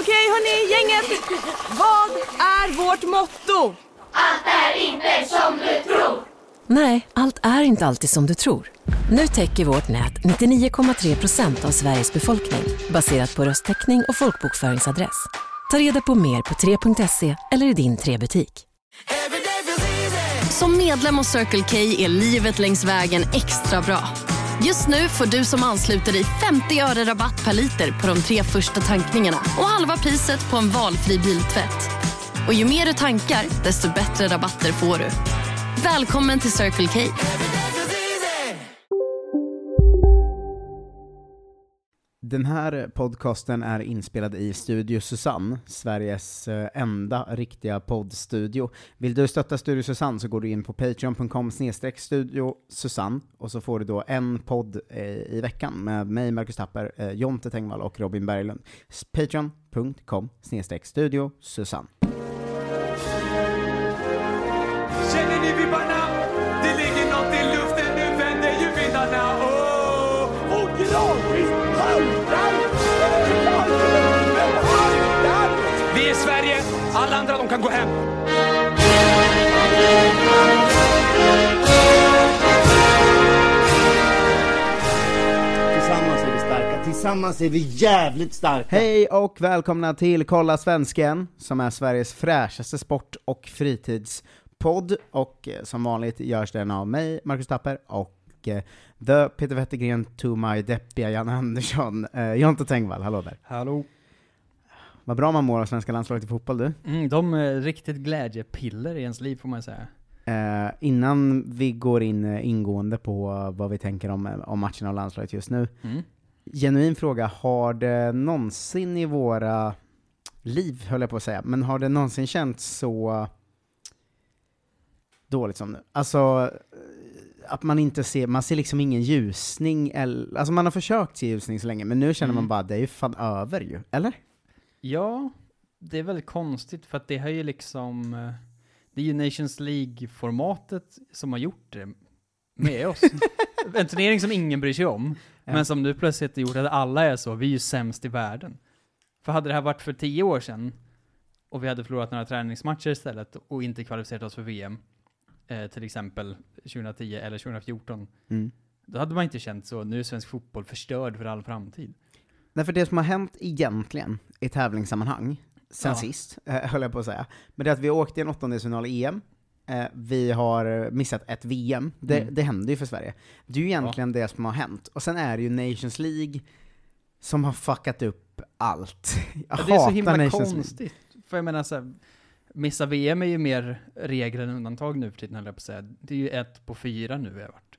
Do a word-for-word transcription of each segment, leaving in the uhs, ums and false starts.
Okej hörni, gänget. Vad är vårt motto? Allt är inte som du tror. Nej, allt är inte alltid som du tror. Nu täcker vårt nät nittionio komma tre procent av Sveriges befolkning baserat på röstteckning och folkbokföringsadress. Ta reda på mer på tre punkt se eller i din tre-butik. Som medlem hos Circle K är livet längs vägen extra bra. Just nu får du som ansluter dig femtio öre rabatt per liter på de tre första tankningarna och halva priset på en valfri biltvätt. Och ju mer du tankar, desto bättre rabatter får du. Välkommen till Circle K. Den här podcasten är inspelad i Studio Susanne, Sveriges enda riktiga poddstudio. Vill du stötta Studio Susanne så går du in på patreon punkt com snedstreck studio Susanne och så får du då en podd i veckan med mig, Marcus Tapper, Jonte Tengvall och Robin Berglund. patreon punkt com snedstreck studio Susanne. Känner ni vibbarna? Det ligger något i luften, nu vänder ju vindarna. Åh, och gradvis haltar. Vi är Sverige, alla andra de kan gå hem. Tillsammans är vi starka, tillsammans är vi jävligt starka. Hej och välkomna till Kolla Svensken, som är Sveriges fräschaste sport- och fritidspodd. Och som vanligt görs den av mig, Marcus Tapper, och eh, The Peter Wettergren to my deppiga Jan Andersson. Eh, Jonte Tengvall, hallå där. Hallå. Vad bra man mår av svenska landslaget i fotboll, du. Mm, de är riktigt glädjepiller i ens liv, får man säga. Eh, innan vi går in eh, ingående på vad vi tänker om, om matchen av landslaget just nu. Mm. Genuin fråga, har det någonsin i våra liv, höll jag på att säga, men har det någonsin känts så dåligt som nu? Alltså, att man inte ser, man ser liksom ingen ljusning, eller, alltså man har försökt se ljusning så länge, men nu känner Mm. man bara, det är ju fan över ju, eller? Ja, det är väldigt konstigt för att det har ju liksom, eh, det är ju Nations League-formatet som har gjort det med oss. En turnering som ingen bryr sig om, Ja. men som nu plötsligt har gjort att alla är så, vi är ju sämst i världen. För hade det här varit för tio år sedan och vi hade förlorat några träningsmatcher istället och inte kvalificerat oss för V M, eh, till exempel tjugohundratio eller tjugohundrafjorton, Mm. då hade man inte känt så, nu är svensk fotboll förstörd för all framtid. Nej, för det som har hänt egentligen i tävlingssammanhang sen Ja. sist, eh, höll jag på att säga, men det är att vi åkte i en åttondelsfinal i E M, eh, vi har missat ett V M, det, Mm. det händer ju för Sverige. Det är ju egentligen det som har hänt. Och sen är det ju Nations League som har fuckat upp allt. Jag Ja, det är så hatar himla Nations League. konstigt. För jag menar så här, missa V M är ju mer regel än undantag nu för tiden, höll jag på att säga. Det är ju ett på fyra nu, har jag varit.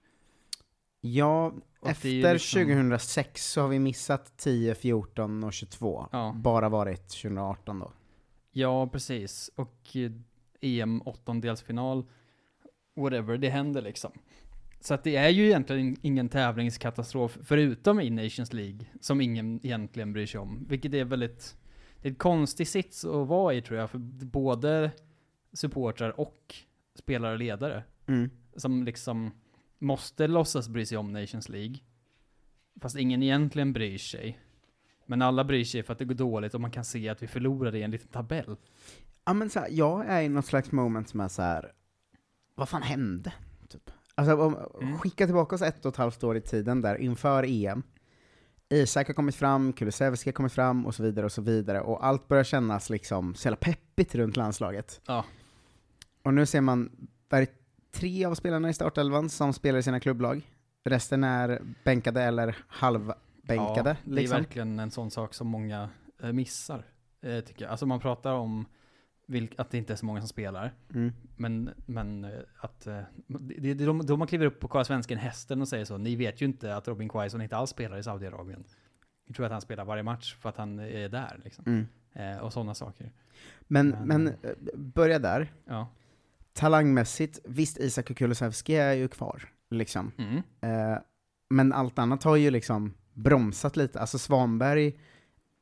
Ja, Och det är ju efter liksom- tjugohundrasex så har vi missat tio, fjorton och tjugotvå. Ja. Bara varit tjugoarton då. Ja, precis. Och eh, E M åttondelsfinal, whatever, det händer liksom. Så att det är ju egentligen ingen tävlingskatastrof förutom i Nations League som ingen egentligen bryr sig om. Vilket är väldigt, det är ett konstigt sits att vara i, tror jag, för både supportrar och spelare och ledare Mm. som liksom måste låtsas bry sig om Nations League. Fast ingen egentligen bryr sig. Men alla bryr sig för att det går dåligt och man kan se att vi förlorar i en liten tabell. Ja, men så här, jag är i något slags moment som är så här: vad fan hände? Typ. Alltså, om, Mm. skicka tillbaka oss ett och ett halvt år i tiden där inför E M. Isak har kommit fram, Kulusevski har kommit fram och så vidare och så vidare. Och allt börjar kännas liksom så jävla peppigt runt landslaget. Ja. Och nu ser man, vad är det, tre av spelarna i startelvan som spelar i sina klubblag. Resten är bänkade eller halvbänkade. Ja, det är liksom. verkligen en sån sak som många eh, missar, eh, tycker jag. Alltså man pratar om vilk, att det inte är så många som spelar. Mm. Men, men eh, att eh, det, det, då, då man kliver upp på Kolla Svensken hästen och säger så, ni vet ju inte att Robin Quaison inte alls spelar i Saudiarabien. Jag tror att han spelar varje match för att han är där liksom. Mm. Eh, och sådana saker. Men, Men- men eh, börja där. Ja. Talangmässigt, visst, Isak och Kulusevski är ju kvar. Liksom. Mm. Eh, men allt annat har ju liksom bromsat lite. Alltså Svanberg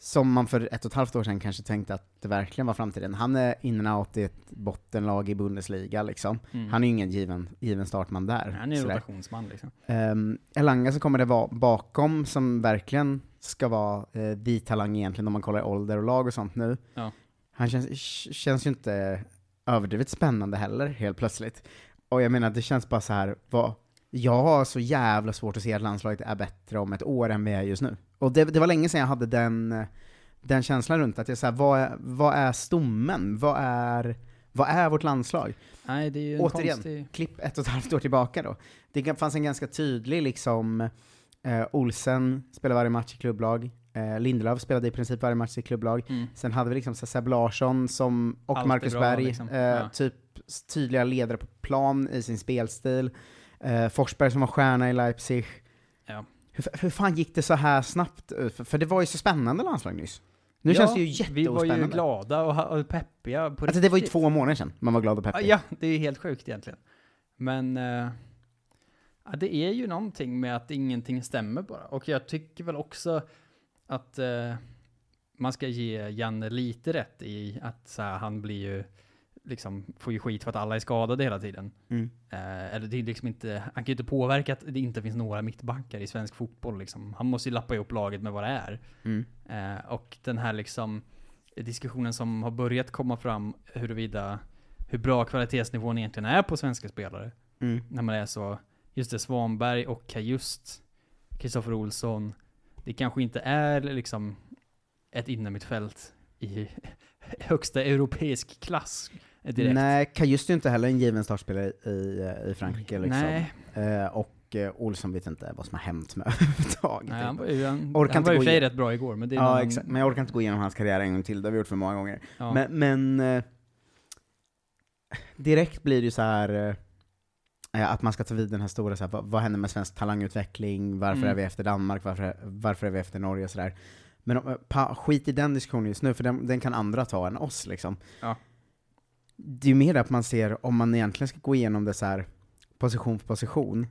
som man för ett och ett halvt år sedan kanske tänkte att det verkligen var framtiden. Han är in and out i ett bottenlag i Bundesliga liksom. Mm. Han är ju ingen given, given startman där. Han är en rotationsman liksom. Um, Elanga så kommer det vara bakom som verkligen ska vara eh, vit talang egentligen om man kollar ålder och lag och sånt nu. Ja. Han känns, känns ju inte överdrivet spännande heller, helt plötsligt. Och jag menar, det känns bara så här, vad, jag har så jävla svårt att se att landslaget är bättre om ett år än vi är just nu. Och det, det var länge sedan jag hade den, den känslan runt att jag så här, vad, är, vad är stommen? Vad är, vad är vårt landslag? Nej, det är ju en återigen, konstig... klipp ett och ett halvt år tillbaka då. Det fanns en ganska tydlig liksom, eh, Olsen spelar varje match i klubblag. Eh, Lindelöf spelade i princip varje match i klubblag. Mm. Sen hade vi liksom så Seb Larsson som, och Allt Marcus bra, Berg, liksom. eh, ja. typ tydliga ledare på plan i sin spelstil. Eh, Forsberg som var stjärna i Leipzig. Ja. Hur, hur fan gick det så här snabbt? För, för det var ju så spännande landslag nyss. Nu ja, känns det ju jätteospännande. Vi var ju glada och, och peppiga på alltså, det var ju två månader sedan man var glad och peppig. Ja, det är ju helt sjukt egentligen. Men uh, ja, det är ju någonting med att ingenting stämmer bara. Och jag tycker väl också att uh, man ska ge Janne lite rätt i att så här, han blir ju liksom, får ju skit för att alla är skadade hela tiden. Mm. Uh, eller det är liksom inte, han kan ju inte påverka att det inte finns några mittbackar i svensk fotboll. Liksom. Han måste ju lappa ihop laget med vad det är. Mm. Uh, och den här liksom diskussionen som har börjat komma fram huruvida hur bra kvalitetsnivån egentligen är på svenska spelare. Mm. När man är så, just det, Svanberg och just Kristoffer Olsson. Det kanske inte är liksom ett innermittfält i högsta europeisk klass direkt. Nej, Kajust är inte heller en given startspelare i, i Frankrike. Liksom. Nej. Eh, och eh, Olsson vet inte vad som har hänt med överhuvudtaget. Nej, han var ju, han, orkar han var ju gå för rätt bra igår. Men, det är ja, någon... exakt. Men jag orkar inte gå igenom hans karriär en gång till. Det har vi gjort för många gånger. Ja. Men, men eh, direkt blir det ju så här eh, att man ska ta vid den här stora, så här, vad, vad händer med svensk talangutveckling? Varför mm. är vi efter Danmark? Varför, varför är vi efter Norge? Och så där. Men pa, skit i den diskussionen just nu, för den, den kan andra ta än oss liksom. Ja. Det är ju mer att man ser, om man egentligen ska gå igenom det så här position för position,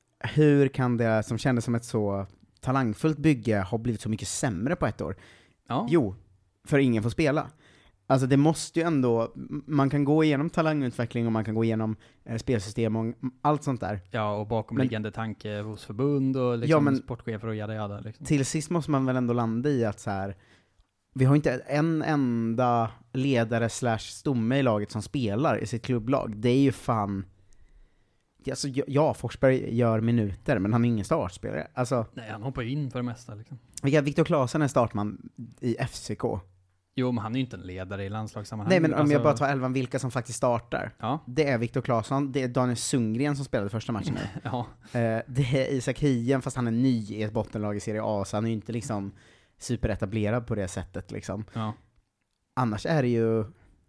hur kan det som kändes som ett så talangfullt bygge ha blivit så mycket sämre på ett år? Ja. Jo, för ingen får spela. Alltså det måste ju ändå, man kan gå igenom talangutveckling och man kan gå igenom eh, spelsystem och allt sånt där. Ja, och bakomliggande men, tanke hos förbund och liksom ja, men, sportchefer och jada jada. Liksom. Till sist måste man väl ändå landa i att så här, vi har inte en enda ledare slash stomme i laget som spelar i sitt klubblag. Det är ju fan... Alltså, ja, Forsberg gör minuter, men han är ingen startspelare. Alltså, nej, han hoppar ju in för det mesta. Liksom. Viktor Claesson är startman i F C K. Jo, men han är ju inte en ledare i landslagssammanhang. Nej, men om alltså... jag bara tar elvan, vilka som faktiskt startar. Ja. Det är Viktor Claesson, det är Daniel Sundgren som spelade första matchen nu. Ja. Eh, det är Isak Hien, fast han är ny i ett bottenlag i Serie A, så han är ju inte liksom superetablerad på det sättet liksom. Ja. Annars är det ju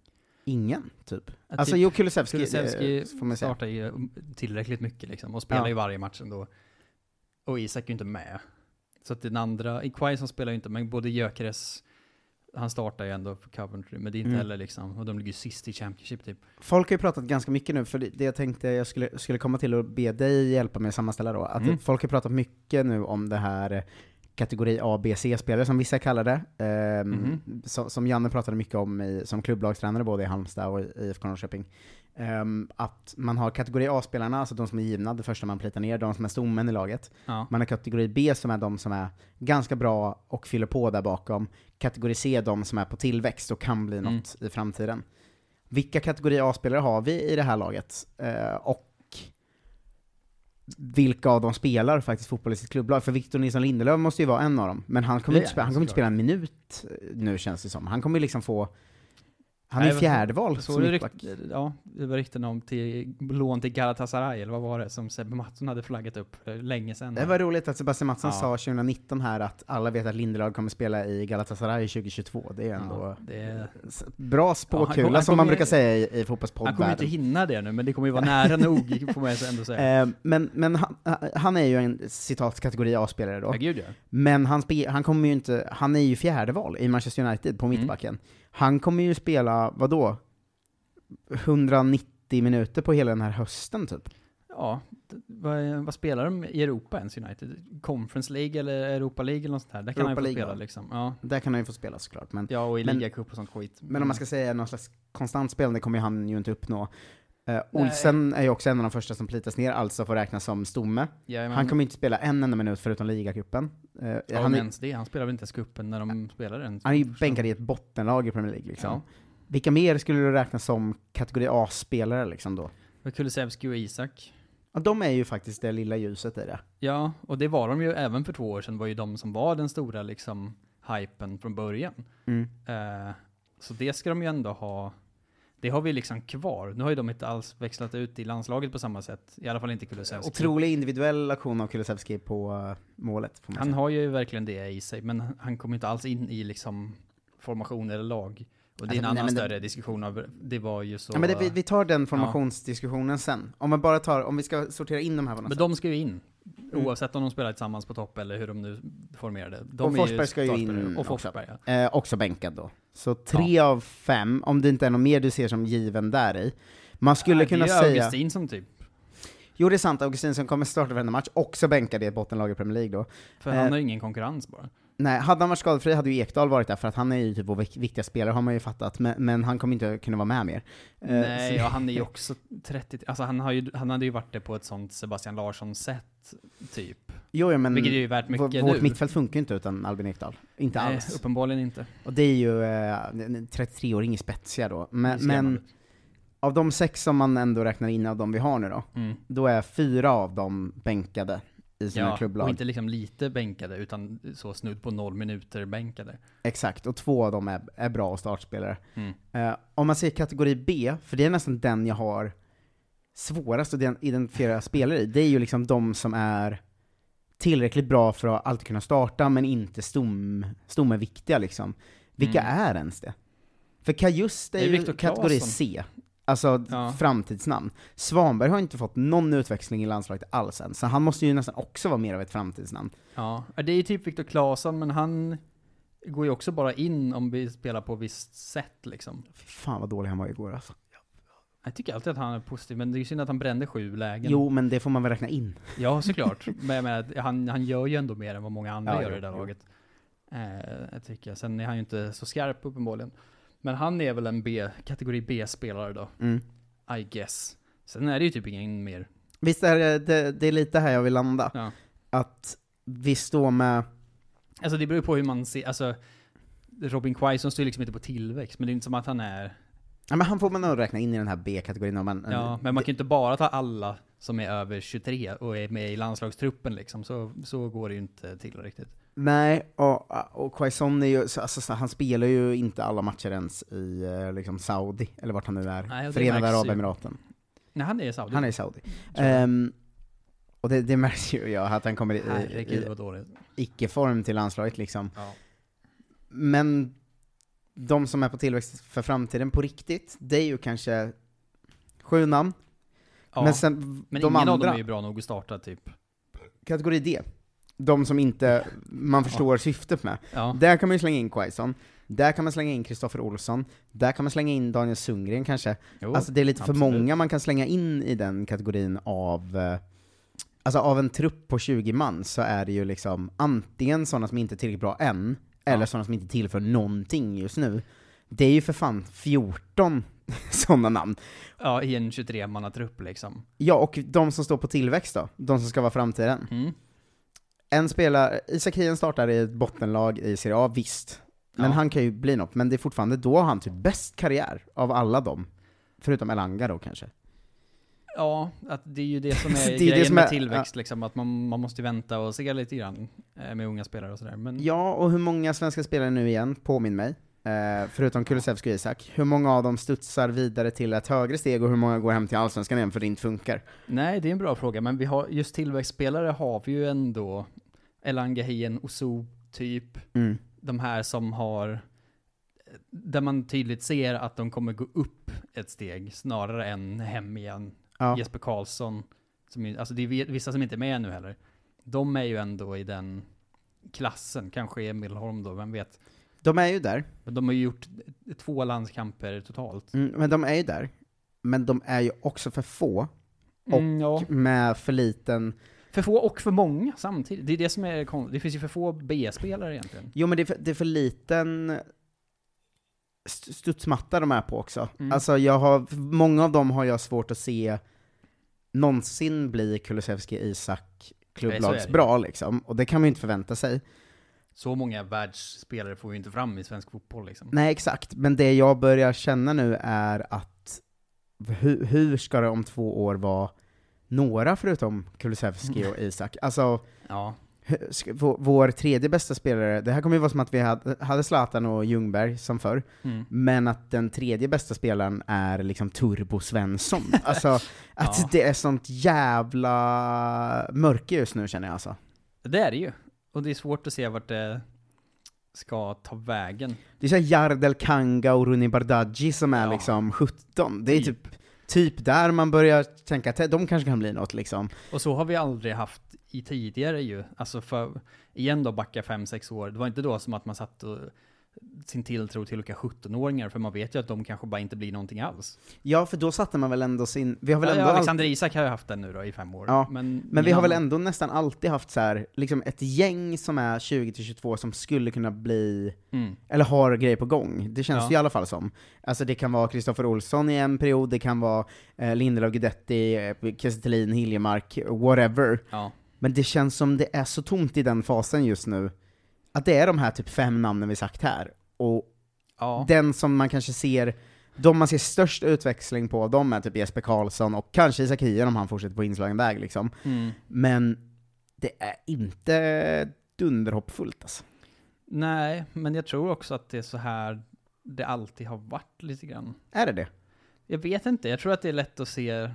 ingen, typ. Ja, alltså, typ, jo, Kulusevski, Kulusevski eh, får man säga. startar ju tillräckligt mycket liksom, och spelar ja. ju varje match ändå. Och Isak är ju inte med. Så att den andra, Quaison spelar ju inte, men både Gyökeres, han startar ju ändå för Coventry, men det är inte mm. heller liksom, och de ligger sist i Championship typ. Folk har ju pratat ganska mycket nu, för det, det jag tänkte jag skulle, skulle komma till och be dig hjälpa mig sammanställa då, att mm. folk har pratat mycket nu om det här kategori A, B, C-spelare som vissa kallar det, ehm, mm. som, som Janne pratade mycket om i, som klubblagstränare både i Halmstad och i I F K Norrköping. Um, att man har kategori A-spelarna, alltså de som är givna, det första man plitar ner, de som är stommen i laget. Ja. Man har kategori B som är de som är ganska bra och fyller på där bakom. Kategori C de som är på tillväxt och kan bli mm. något i framtiden. Vilka kategori A-spelare har vi i det här laget? Uh, och vilka av dem spelar faktiskt fotboll i sitt klubblag? För Victor Nilsson Lindelöf måste ju vara en av dem, men han kommer, inte spela, han kommer inte spela en minut nu, känns det som. Han kommer liksom få... Han är fjärdeval. Så, så det rikt, ja, det var riktigt om till lån till Galatasaray, eller vad var det som Sebbe Mattsson hade flaggat upp länge sedan. Det var roligt att Sebastian Mattsson ja. sa tjugonitton här att alla vet att Lindelöf kommer spela i Galatasaray tjugohundratjugotvå. Det är ändå ja, det är... bra spåkula ja, som man brukar säga i, i fotbollspoddvärlden. Han kommer inte hinna det nu, men det kommer ju vara nära nog, får man ändå säga. Eh, men men han, han är ju en citat kategori A-spelare då. Ja, gud, ja. Men han, spe, han kommer ju inte, han är ju fjärdeval i Manchester United på mittbacken. Mm. Han kommer ju spela, vad då? hundranittio minuter på hela den här hösten typ. Ja, vad, vad spelar de i Europa ens United? Conference League eller Europa League eller något sånt här? Där kan Europa han ju få League, spela ja. liksom. Ja. Där kan han ju få spela såklart. Men, ja, och i men, ligacup och sånt skit. Men om man ska säga någon slags konstant spelande kommer han ju inte uppnå. Uh, Olsen är ju också en av de första som plitas ner, alltså får räknas som stomme. Ja, men, han kommer inte spela en enda minut förutom ligacupen. Uh, ja, han, ens det. Han spelar väl inte ens kuppen när de spelar den. Han är ju bänkad i ett bottenlag i Premier League liksom. Ja. Vilka mer skulle du räkna som kategori A-spelare liksom då? Kulusevski och Isak. Ja, de är ju faktiskt det lilla ljuset i det. Ja, och det var de ju även för två år sedan, var ju de som var den stora liksom hypen från början. Mm. Uh, så det ska de ju ändå ha. Det har vi liksom kvar. Nu har ju de inte alls växlat ut i landslaget på samma sätt. I alla fall inte Kulusevski. Otrolig individuell aktion av Kulusevski på uh, målet. Får man han säga. har ju verkligen det i sig, men han kommer inte alls in i liksom formation eller lag. Och det är en alltså, annan nej, större det, diskussion av, det var ju så... Ja, men det, vi, vi tar den formationsdiskussionen ja. sen. Om man bara tar, om vi ska sortera in de här på något Men sätt. de ska ju in. Mm. Oavsett om de spelar tillsammans på topp eller hur de nu formerar det. De och är Forsberg ju ska ju in och Forsberg, också. Ja. Eh, också bänkad då. Så tre ja. av fem, om det inte är något mer du ser som given där i. Man skulle ja, kunna det är säga... Augustin som typ. Jo, det är sant. Augustin som kommer starta varenda match, också bänkad i ett bottenlag i Premier League då. För han eh, har ju ingen konkurrens bara. Nej, hade han varit skadefri hade ju Ekdal varit där, för att han är ju typ vår viktiga spelare, har man ju fattat, men, men han kommer inte kunna vara med mer. Nej, ja, han är ju också trettio, alltså han, har ju, han hade ju varit det på ett sånt Sebastian Larsson-sätt, typ. Jo, ja, men vilket är ju värt mycket vårt nu. mittfält funkar ju inte utan Albin Ekdal. Inte Nej, alls. uppenbarligen inte. Och det är ju eh, trettiotre-åring i spetsiga då. Men, men av de sex som man ändå räknar in av de vi har nu då, mm. då är fyra av dem bänkade i sina ja, klubblag. Och inte liksom lite bänkade, utan så snudd på noll minuter bänkade. Exakt, och två av dem är, är bra startspelare. Mm. Uh, om man ser kategori B, för det är nästan den jag har svårast att identifiera spelare i, det är ju liksom de som är tillräckligt bra för att alltid kunna starta, men inte stom, stommeviktiga liksom. Vilka mm. är ens det? För Kajust är, är ju kategori C. Alltså ja. framtidsnamn. Svanberg har inte fått någon utväxling i landslaget alls än, så han måste ju nästan också vara mer av ett framtidsnamn. Ja, det är ju typ Viktor Claesson, men han går ju också bara in om vi spelar på visst sätt liksom. Fan vad dålig han var igår alltså. Jag tycker alltid att han är positiv, men det är ju synd att han brände sju lägen. Jo, men det får man väl räkna in. Ja, såklart. Men jag menar, han, han gör ju ändå mer än vad många andra ja, gör jo, i det där jo. laget. Eh, jag tycker. Sen är han ju inte så skarp uppenbarligen. Men han är väl en B, kategori B-spelare då. Mm. I guess. Sen är det ju typ ingen mer. Visst är det, det, det är lite här jag vill landa. Ja. Att vi står med... Alltså det beror på hur man ser, alltså Robin Quaison står ju liksom inte på tillväxt, men det är inte som att han är... Ja, men han får man nog räkna in i den här B-kategorin. Om man, ja, men man kan ju inte bara ta alla som är över tjugotre och är med i landslagstruppen liksom, så, så går det ju inte till riktigt. Nej, och, och Quaison är ju, alltså, han spelar ju inte alla matcher ens i liksom Saudi, eller vart han nu är. Nej, Förenade Arabemiraten. Nej, han är i Saudi. Han är i Saudi. Um, och det, det märks ju ja, att han kommer i, Herregud, i, vad dåligt. icke-form till landslaget liksom. Ja. Men de som är på tillväxt för framtiden på riktigt, det är ju kanske sju namn. Ja, men sen, men de ingen andra, av dem är ju bra nog att starta typ. Kategori D. De som inte man förstår ja. syftet med. Ja. Där kan man ju slänga in Quaison. Där kan man slänga in Kristoffer Olsson. Där kan man slänga in Daniel Sundgren kanske. Jo, alltså det är lite absolut. för många man kan slänga in i den kategorin av... Alltså av en trupp på tjugo man så är det ju liksom antingen sådana som inte är tillräckligt bra än, ja. eller sådana som inte tillför någonting just nu. Det är ju för fan fjorton sådana namn. Ja, i en tjugotre-mannatrupp liksom. Ja, och de som står på tillväxt då. De som ska vara framtiden. Mm. En spelare, Isak Hien startar i ett bottenlag i Serie A, visst. Men ja. han kan ju bli något. Men det är fortfarande, då har han typ bäst karriär av alla dem. Förutom Elanga då kanske. Ja, att det är ju det som är det är grejen det som med är, tillväxt ja. liksom, att man, man måste vänta och se lite grann med unga spelare och sådär. Men... Ja, och hur många svenska spelare nu igen, påminn mig, eh, förutom Kulusevski och Isak, hur många av dem studsar vidare till ett högre steg och hur många går hem till Allsvenskan igen för det inte funkar? Nej, det är en bra fråga, men vi har, just tillväxtspelare har vi ju ändå Elanga, Hien, Oso typ, mm. de här som har, där man tydligt ser att de kommer gå upp ett steg snarare än hem igen. Ja. Jesper Karlsson, som, alltså det är vissa som inte är med nu heller. De är ju ändå i den klassen, kanske Emil Holm då, vem vet. De är ju där. Men de har ju gjort två landskamper totalt. Mm, men de är ju där. Men de är ju också för få och Mm, ja. med för liten... För få och för många samtidigt. Det är det som är kon- det finns ju för få B-spelare egentligen. Jo, men det är för, det är för liten st- studsmatta de är på också. Mm. Alltså jag har, många av dem har jag svårt att se någonsin bli Kulusevski, Isak, klubblagsbra liksom. Och det kan man ju inte förvänta sig. Så många världsspelare får vi inte fram i svensk fotboll liksom. Nej, exakt. Men det jag börjar känna nu är att hur, hur ska det om två år vara några förutom Kulusevski och Isak? Alltså, Ja. sk- vår, vår tredje bästa spelare, det här kommer ju vara som att vi hade, hade Zlatan och Ljungberg som förr, Mm. men att den tredje bästa spelaren är liksom Turbo Svensson. Alltså, att Ja. det är sånt jävla mörker just nu, känner jag alltså. Det är det ju. Och det är svårt att se vart det ska ta vägen. Det är så här Jardel Kanga och Rooney Bardghji som är Ja. liksom sjutton. Det är typ, typ där man börjar tänka att de kanske kan bli något liksom. Och så har vi aldrig haft i tidigare ju. Alltså för, igen då backa fem sex år. Det var inte då som att man satt och sin tilltro till olika sjuttonåringar, för man vet ju att de kanske bara inte blir någonting alls. Ja, för då satte man väl ändå sin... Vi har väl Ja, ändå ja, allt- Alexander Isak har ju haft den nu då i fem år. Ja, men Men vi ingen har väl annan. ändå nästan alltid haft så här, liksom ett gäng som är tjugo till tjugotvå som skulle kunna bli, Mm. eller har grejer på gång. Det känns Ja. det i alla fall som. Alltså det kan vara Kristoffer Olsson i en period, det kan vara eh, Lindelöf, Guidetti, eh, Kiese Thelin, Hiljemark, whatever. Ja. Men det känns som det är så tomt i den fasen just nu, att det är de här typ fem namnen vi sagt här. Och Ja. den som man kanske ser, de man ser störst utväxling på, de är typ Jesper Karlsson och kanske Isak Hien om han fortsätter på inslagen väg liksom. Mm. Men det är inte dunderhoppfullt alltså. Nej, men jag tror också att det är så här det alltid har varit lite grann. Är det det? Jag vet inte, jag tror att det är lätt att se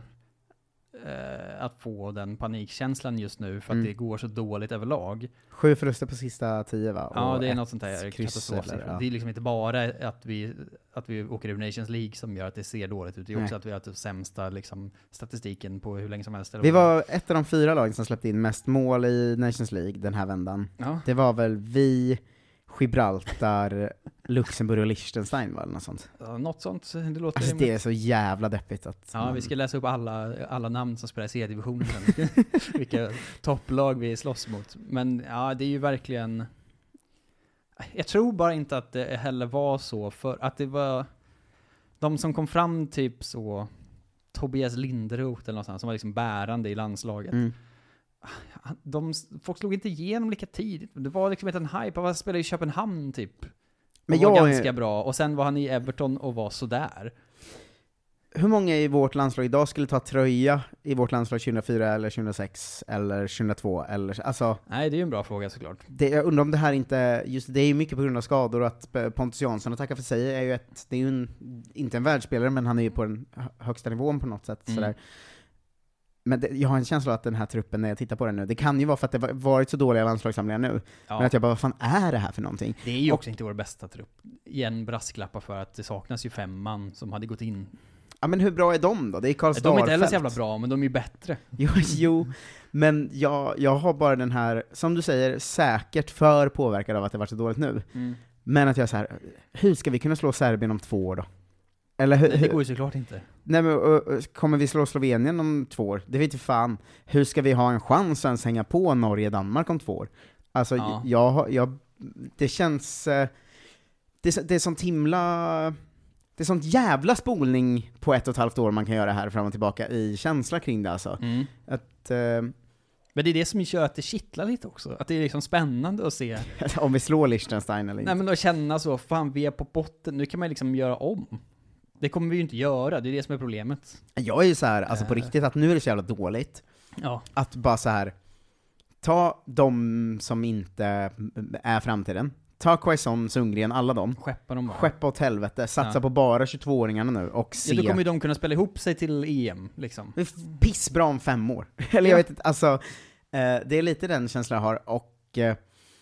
eh, att få den panikkänslan just nu för att Mm. det går så dåligt överlag. Sju förluster på sista tio va? Ja, Och det är ett något sånt där kryss katastrof. eller, ja. Det är liksom inte bara att vi, att vi åker ur Nations League som gör att det ser dåligt ut. Det är också Nej. att vi har den sämsta liksom, statistiken på hur länge som helst. eller Vi vad- var ett av de fyra lagen som släppte in mest mål i Nations League den här vändan. Ja. Det var väl vi, Gibraltar, Luxemburg och Liechtenstein va, eller något sånt. Ja, något sånt. Det låter Alltså det är så jävla deppigt att... Ja, man- vi ska läsa upp alla, alla namn som spelar i C-divisionen sen. Vilka topplag vi slåss mot. Men ja, det är ju verkligen... Jag tror bara inte att det heller var så, för att det var... De som kom fram typ så... Tobias Linderoth eller något sånt, som var liksom bärande i landslaget. Mm. De, folk slog inte igenom lika tidigt. Det var liksom inte en hype. Han spelade i Köpenhamn typ. Men Och var jag är- ganska bra. Och sen var han i Everton och var sådär. Hur många i vårt landslag idag skulle ta tröja i vårt landslag tjugohundrafyra eller tjugohundrasex eller tjugohundratvå eller alltså Nej, det är ju en bra fråga såklart. det, jag undrar om det här inte, just det är ju mycket på grund av skador och att Pontus Jansson, att tacka för sig, är ju ett, det är ju en, inte en världsspelare men han är ju på den hö- högsta nivån på något sätt Mm. sådär. Men det, jag har en känsla att den här truppen, när jag tittar på den nu, det kan ju vara för att det var- varit så dåliga landslagssamlingar nu, Ja. men att jag bara, vad fan är det här för någonting? Det är ju Och- också inte vår bästa trupp. Igen brasklappar för att det saknas ju fem man som hade gått in. Ja men hur bra är de då? Det är Karl De är inte heller så Starfelt. jävla bra, men de är ju bättre. Jo, jo, men jag, jag har bara den här, som du säger, säkert för påverkad av att det varit så dåligt nu. Mm. Men att jag är så här, hur ska vi kunna slå Serbien om två år då? Eller hur, Nej, det går hur, ju såklart inte. nej, men, ö, ö, kommer vi slå Slovenien om två år? Det vet inte fan. Hur ska vi ha en chans att ens hänga på Norge-Danmark om två år? Alltså, Ja. jag, har- jag, det känns, eh, det, är så- det är sånt himla, det är sånt jävla spolning på ett och ett halvt år man kan göra här fram och tillbaka i känsla kring det alltså. Mm. Att, eh, Men det är det som gör att det kittlar lite också. Att det är liksom spännande att se. om vi slår Liechtenstein eller inte. Nej, men att känna så, fan vi är på botten, nu kan man liksom göra om. Det kommer vi ju inte göra, det är det som är problemet. Jag är ju så här, alltså på Eh. riktigt, att nu är det så jävla dåligt. Ja. Att bara så här ta de som inte är framtiden. Ta Quaison, Sundgren, alla dem. Skeppa dem bara. Skeppa åt helvete, satsa Ja. på bara tjugotvååringarna nu och se. Ja, då kommer ju de kunna spela ihop sig till E M, liksom. Det är pissbra om fem år. Eller jag Ja. vet inte, alltså, eh, det är lite den känslan jag har, och eh,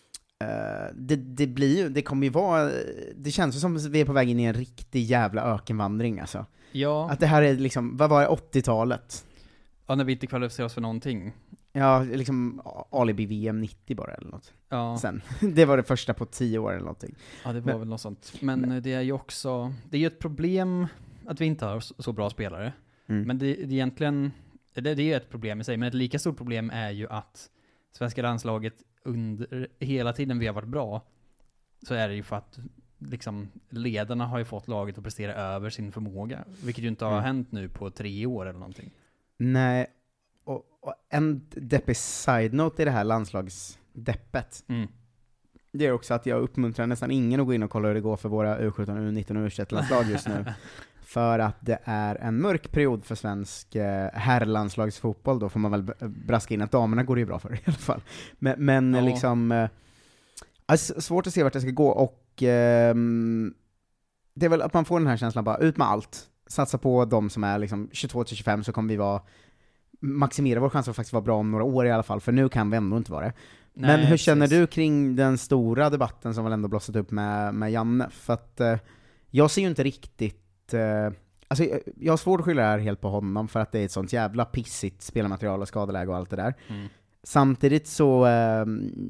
eh, det, det blir ju, det kommer ju vara, det känns ju som att vi är på väg in i en riktig jävla ökenvandring alltså. Ja, Att det här är liksom, vad var det, åttiotalet? ja, när vi inte kvalificerar oss för någonting. Ja, liksom alibi-V M nittio bara eller något. Ja. Sen. Det var det första på tio år eller någonting. Ja, det var Men- väl något sånt. Men det är ju också, det är ju ett problem att vi inte har så, så bra spelare. Mm. Men det, det är egentligen, det, det är ju ett problem i sig, men ett lika stort problem är ju att svenska landslaget under hela tiden vi har varit bra, så är det ju för att liksom ledarna har ju fått laget att prestera över sin förmåga, vilket ju inte har Mm. hänt nu på tre år eller någonting. Nej, och, och en deppig side-note i det här landslagsdeppet, Mm. det är också att jag uppmuntrar nästan ingen att gå in och kolla hur det går för våra U sjutton, U nitton och U tjugoett-landslag just nu. För att det är en mörk period för svensk eh, herrlandslagsfotboll, då får man väl braska in att damerna går det ju bra för i alla fall. Men, men Ja. liksom, eh, alltså, svårt att se vart det ska gå, och eh, det är väl att man får den här känslan bara, ut med allt. Satsa på de som är liksom tjugotvå till tjugofem, så kommer vi vara, maximera vår chans att faktiskt vara bra om några år i alla fall, för nu kan vi ändå inte vara det. Nej, Men hur känner precis. du kring den stora debatten som väl ändå blossat upp med, med Janne? För att eh, jag ser ju inte riktigt, eh, alltså jag, jag har svårt att skylla det här helt på honom, för att det är ett sånt jävla pissigt spelarmaterial och skadeläge och allt det där. Mm. Samtidigt så eh,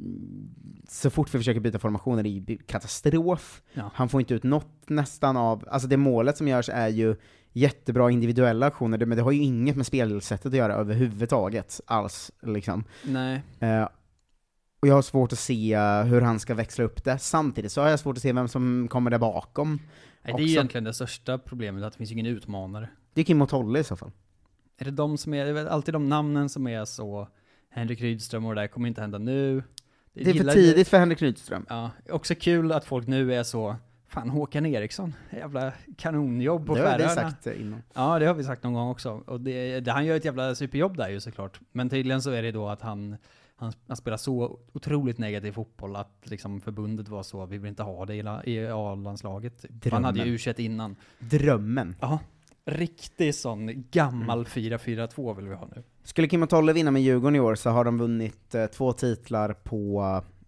så fort vi försöker byta formationer är det katastrof. Ja. Han får inte ut något nästan av, alltså det målet som görs är ju jättebra individuella aktioner, det- men det har ju inget med spelsättet att göra överhuvudtaget alls liksom. Nej. Eh, och jag har svårt att se eh, hur han ska växla upp det. Samtidigt så har jag svårt att se vem som kommer där bakom. Nej, det är också. ju egentligen det största problemet, att det finns ingen utmanare. Det är Kim och Tolle i så fall. Är det de som är, det är väl alltid de namnen som är så, Henrik Rydström och det där kommer inte hända nu. Det är för gillar- tidigt för Henrik Rydström. Ja, också kul att folk nu är så, fan Håkan Eriksson, jävla kanonjobb på Det har vi Färöarna. sagt eh, innan. Ja, det har vi sagt någon gång också. Och det, det, han gör ett jävla superjobb där ju såklart. Men tydligen så är det då att han, han, han spelar så otroligt negativ fotboll att liksom förbundet var så, vi vill inte ha det i, la- i A-landslaget. Han hade ju U tjugoett innan. Drömmen. Ja, riktig sån gammal fyra fyra två vill vi ha nu. Skulle Kim och Tolle vinna med Djurgården i år så har de vunnit eh, två titlar på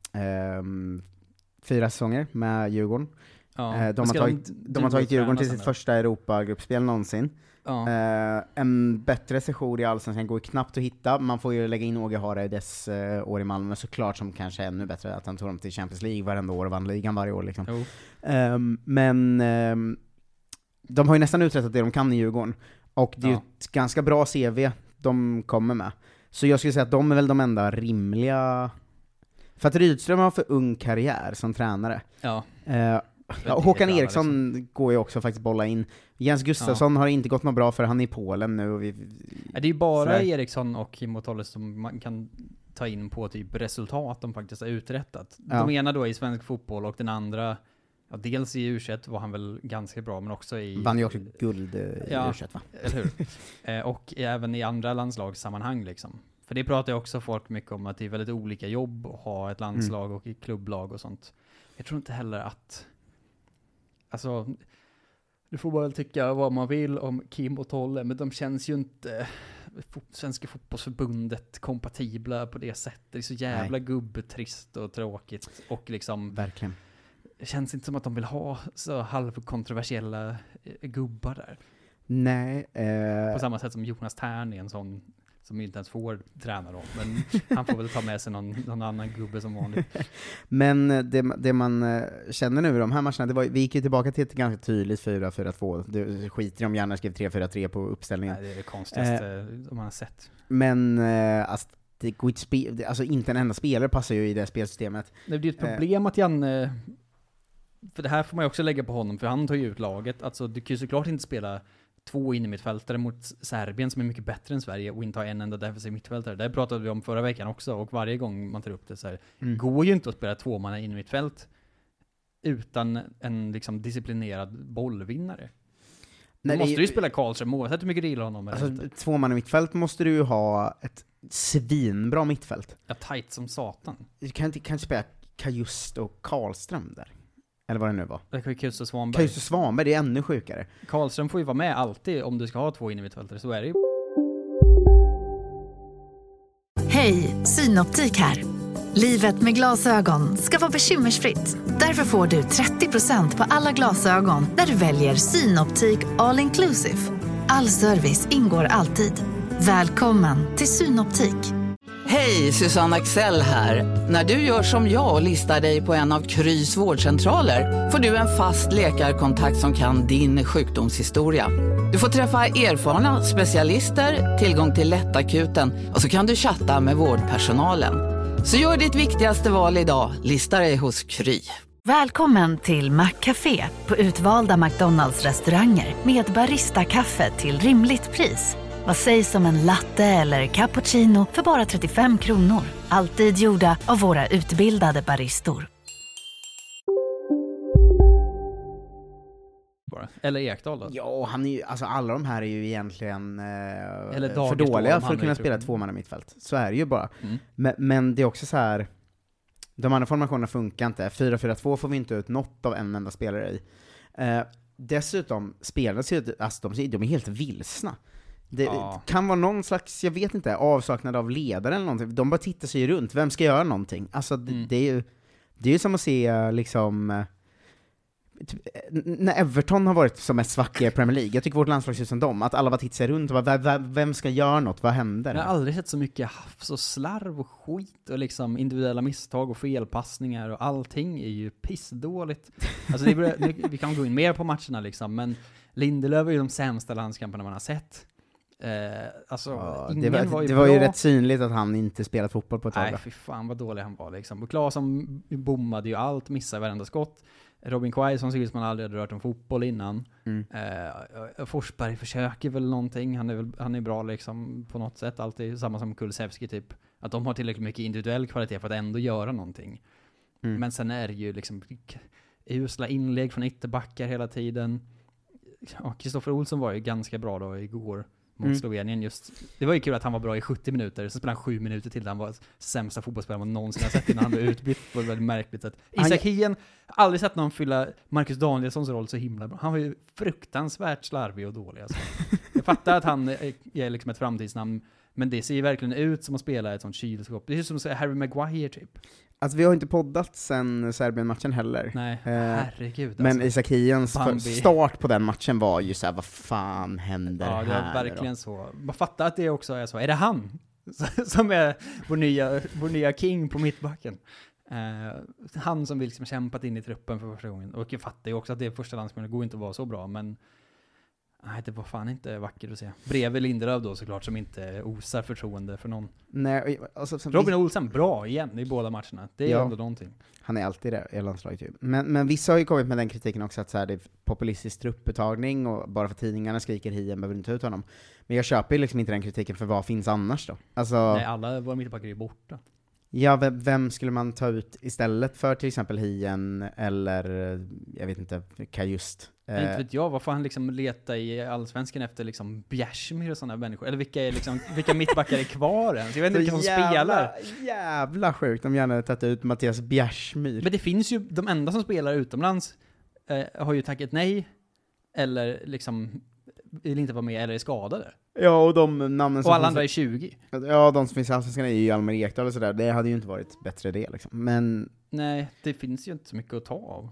ehm, fyra säsonger med Djurgården. Ja. Eh, de, har Ska tagit, de har tagit Djurgården till sitt sen första Europa-gruppspel någonsin. Ja. Eh, en bättre session i Allsvenskan går ju knappt att hitta. Man får ju lägga in Åge Hareides eh, år i Malmö såklart, som kanske är ännu bättre, att han tog dem till Champions League varenda år och vann ligan varje år liksom. Jo. Ehm, men ehm, de har ju nästan uträttat det de kan i Djurgården, och det är ju Ja. ett ganska bra C V de kommer med. Så jag skulle säga att de är väl de enda rimliga, för att Rydström har för ung karriär som tränare. Ja. Eh, ja, det och Håkan heter alla, Eriksson går ju också faktiskt bolla in. Jens Gustafsson har inte gått något bra, för han är i Polen nu. Och vi, Ja, det är ju bara sådär. Eriksson och Kim och Tolle som man kan ta in på typ resultat de faktiskt har uträttat. Ja. De ena då i svensk fotboll och den andra, ja, dels i U tjugoett var han väl ganska bra, men också i... vann ju också guld eh, i Ja. U tjugoett, va? Eller hur? eh, och även i andra landslagssammanhang liksom. För det pratar ju också folk mycket om, att det är väldigt olika jobb att ha ett landslag och ett klubblag och sånt. Jag tror inte heller att... Alltså... Du får bara tycka vad man vill om Kim och Tolle, men de känns ju inte fo- Svenska fotbollsförbundet kompatibla på det sättet. Det är så jävla gubbtrist och tråkigt, och liksom Verkligen. det känns inte som att de vill ha så halvkontroversiella eh, gubbar där. Nej. Eh, På samma sätt som Jonas Tern är en sån som inte ens får träna dem, men han får väl ta med sig någon, någon annan gubbe som vanligt. Men det, det man eh, känner nu i de här matcherna, det var, vi gick ju tillbaka till ett ganska tydligt fyra fyra två. Det skiter i om Janne skrev tre fyra tre på uppställningen. Nej, det är det konstigaste eh, man har sett. Men eh, alltså, det går inte, spe, det- alltså inte en enda spelare passar ju i det spelsystemet. Det blir ett problem att Janne, för det här får man ju också lägga på honom, för han tar ju ut laget. Alltså du kan ju såklart inte spela två in i mittfältare mot Serbien som är mycket bättre än Sverige och inte ha en enda defensiv mittfältare. Det pratade vi om förra veckan också, och varje gång man tar upp det så här, Mm. går ju inte att spela två man in i mittfält utan en liksom disciplinerad bollvinnare. Nej, Då måste det- du ju spela Karlström, oavsett hur mycket du gillar honom eller Alltså, inte. två man i mittfält måste du ju ha ett svinbra mittfält. Ja, tight som satan. Du kan inte, kan inte spela Kajust och Karlström där. Eller vad det nu var. Det kan ju Kust och Svanberg. Kajust och Svanberg, det är ännu sjukare. Karlström får ju vara med alltid om du ska ha två in i mittfältare, så är det ju. Hej, Synoptik här. Livet med glasögon ska vara bekymmersfritt. Därför får du trettio procent på alla glasögon när du väljer Synoptik All Inclusive. All service ingår alltid. Välkommen till Synoptik. Hej, Susanne Axel här. När du gör som jag och listar dig på en av Krys vårdcentraler får du en fast läkarkontakt som kan din sjukdomshistoria. Du får träffa erfarna specialister, tillgång till lättakuten och så kan du chatta med vårdpersonalen. Så gör ditt viktigaste val idag, listar dig hos Kry. Välkommen till Maccafé på utvalda McDonalds restauranger med Barista-kaffe till rimligt pris. Vad sägs om en latte eller cappuccino för bara trettiofem kronor? Alltid gjorda av våra utbildade baristor. Eller Ekdal då? Ja, han är ju, alltså alla de här är ju egentligen eh, Eller för dåliga för att kunna spela två man i mittfält. Så är det ju bara. Mm. Men, men det är också så här. De andra formationerna funkar inte. fyra fyra två får vi inte ut något av en enda spelare i. Eh, dessutom, spelarna ser ut, alltså de, de är helt vilsna. Det ja. kan vara någon slags, jag vet inte, avsaknad av ledare eller någonting. De bara tittar sig runt, vem ska göra någonting? Alltså det, mm. det är ju det är ju som att se liksom när Everton har varit som ett svacka i Premier League. Jag tycker vårt landslag ser som dem, att alla bara tittar sig runt och bara, vem ska göra något, vad händer? Jag har aldrig sett så mycket hafs och slarv och skit och liksom individuella misstag och felpassningar och allting är ju pissdåligt. Alltså det börjar, vi kan gå in mer på matcherna liksom, men Lindelöf är ju de sämsta landskamperna man har sett. Eh, alltså, ja, det var, var, ju, det var ju rätt synligt att han inte spelat fotboll på ett tag. Nej, fy fan vad dålig han var liksom. Och Claesson bommade ju allt, missade varenda skott. Robin Quaison ser ut som han aldrig hade rört om fotboll innan. Mm. Eh, Forsberg försöker väl någonting. Han är väl, han är bra liksom på något sätt. Alltid samma som Kulusevski typ. Att de har tillräckligt mycket individuell kvalitet för att ändå göra någonting. Mm. Men sen är det ju liksom usla inlägg från ytterbackar hela tiden. Ja, Kristoffer Olsson var ju ganska bra då igår mot mm. Slovenien just. Det var ju kul att han var bra i sjuttio minuter, så spelade han sju minuter till. Han var sämsta fotbollsspelare man någonsin har sett innan han blev utbytt på ett väldigt märkligt sätt. Isak Hien, aldrig sett någon fylla Marcus Danielssons roll så himla bra. Han var ju fruktansvärt slarvig och dålig alltså. Jag fattar att han är liksom ett framtidsnamn, men det ser ju verkligen ut som att spela ett sånt kylskåp. Det är som att säga Harry Maguire typ. Alltså vi har inte poddat sen Serbien-matchen heller. Nej, herregud. Alltså. Men Isak Hiens start på den matchen var ju så här, vad fan händer här? Ja, det var verkligen då? Så. Man fattar att det också är så. Är det han som är vår nya, vår nya king på mittbacken? Uh, han som vill liksom kämpat in i truppen för första gången. Och jag fattar ju också att det första landskampen går inte att vara så bra, men nej, det var fan inte vackert att se. Bredvid Lindelöf då såklart, som inte osar förtroende för någon. Nej, alltså, Robin vi... Olsen bra igen i båda matcherna. Det är ja, ändå någonting. Han är alltid det i landslaget ju. Men, men vissa har ju kommit med den kritiken också, att så här, det är populistisk truppbetagning och bara för tidningarna skriker Hien behöver inte ut honom. Men jag köper ju liksom inte den kritiken, för vad finns annars då? Alltså, nej, alla våra mittbackar är ju borta. Ja, vem, vem skulle man ta ut istället för till exempel Hien eller, jag vet inte, Kajust? Eh. Inte vet jag, vad får han liksom leta i allsvenskan efter liksom Bjärsmyr och sådana människor? Eller vilka, är liksom, vilka mittbackar är kvar ens? Jag vet inte vilka som jävla, spelar. Jävla sjukt, de gärna tagit ut Mattias Bjärsmyr. Men det finns ju, de enda som spelar utomlands eh, har ju tackat nej, eller liksom vill inte vara med eller är skadade. Ja, och de namnen som och alla andra är tjugo. Ja, de som finns i allsvenskan är ju Almer Ekdal och sådär. Det hade ju inte varit bättre det liksom. Men nej, det finns ju inte så mycket att ta av.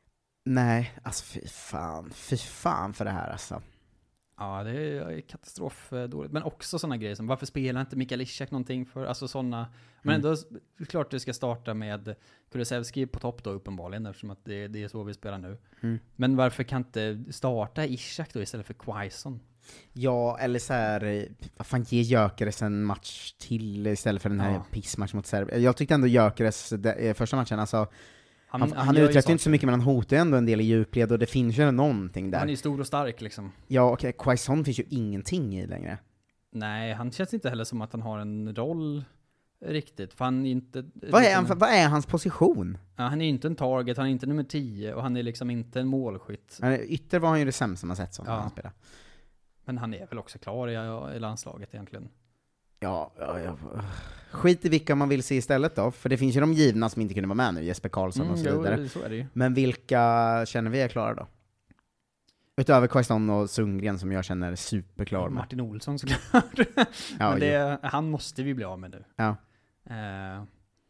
Nej, alltså fy fan. Fy fan för det här alltså. Ja, det är katastrof dåligt. Men också sådana grejer som, varför spelar inte Mikael Ishak någonting för, alltså sådana. Men ändå, mm. klart det ska starta med Kulusevski på topp då uppenbarligen, eftersom att det, det är så vi spelar nu. Mm. Men varför kan inte starta Ishak då istället för Quaison? Ja, eller så här, vad fan, ge Gyökeres en match till istället för den här ja. pissmatchen mot Serbien. Jag tyckte ändå Gyökeres första matchen, alltså Han, han, han, han uträttar ju inte så mycket, men han hotar ändå en del i djupled, och det finns ju någonting där. Han är ju stor och stark liksom. Ja, okej, okay. Quaison finns ju ingenting i längre. Nej, han känns inte heller som att han har en roll riktigt. För han är inte... Vad är, han, vad är hans position? Ja, han är inte en target, han är inte nummer tio, och han är liksom inte en målskytt. Han, ytter var han ju det sämsta man sett som ja. han spelar. Men han är väl också klar i, i landslaget egentligen. Ja, ja, ja. Skit i vilka man vill se istället då, för det finns ju de givna som inte kunde vara med nu, Jesper Karlsson mm, och så vidare. Jo, så är det ju. Men vilka känner vi är klara då? Utöver Quaison och Sundgren som jag känner superklar med. Martin Olsson såklart. ja, Men det, han måste vi bli av med nu. Ja. Eh,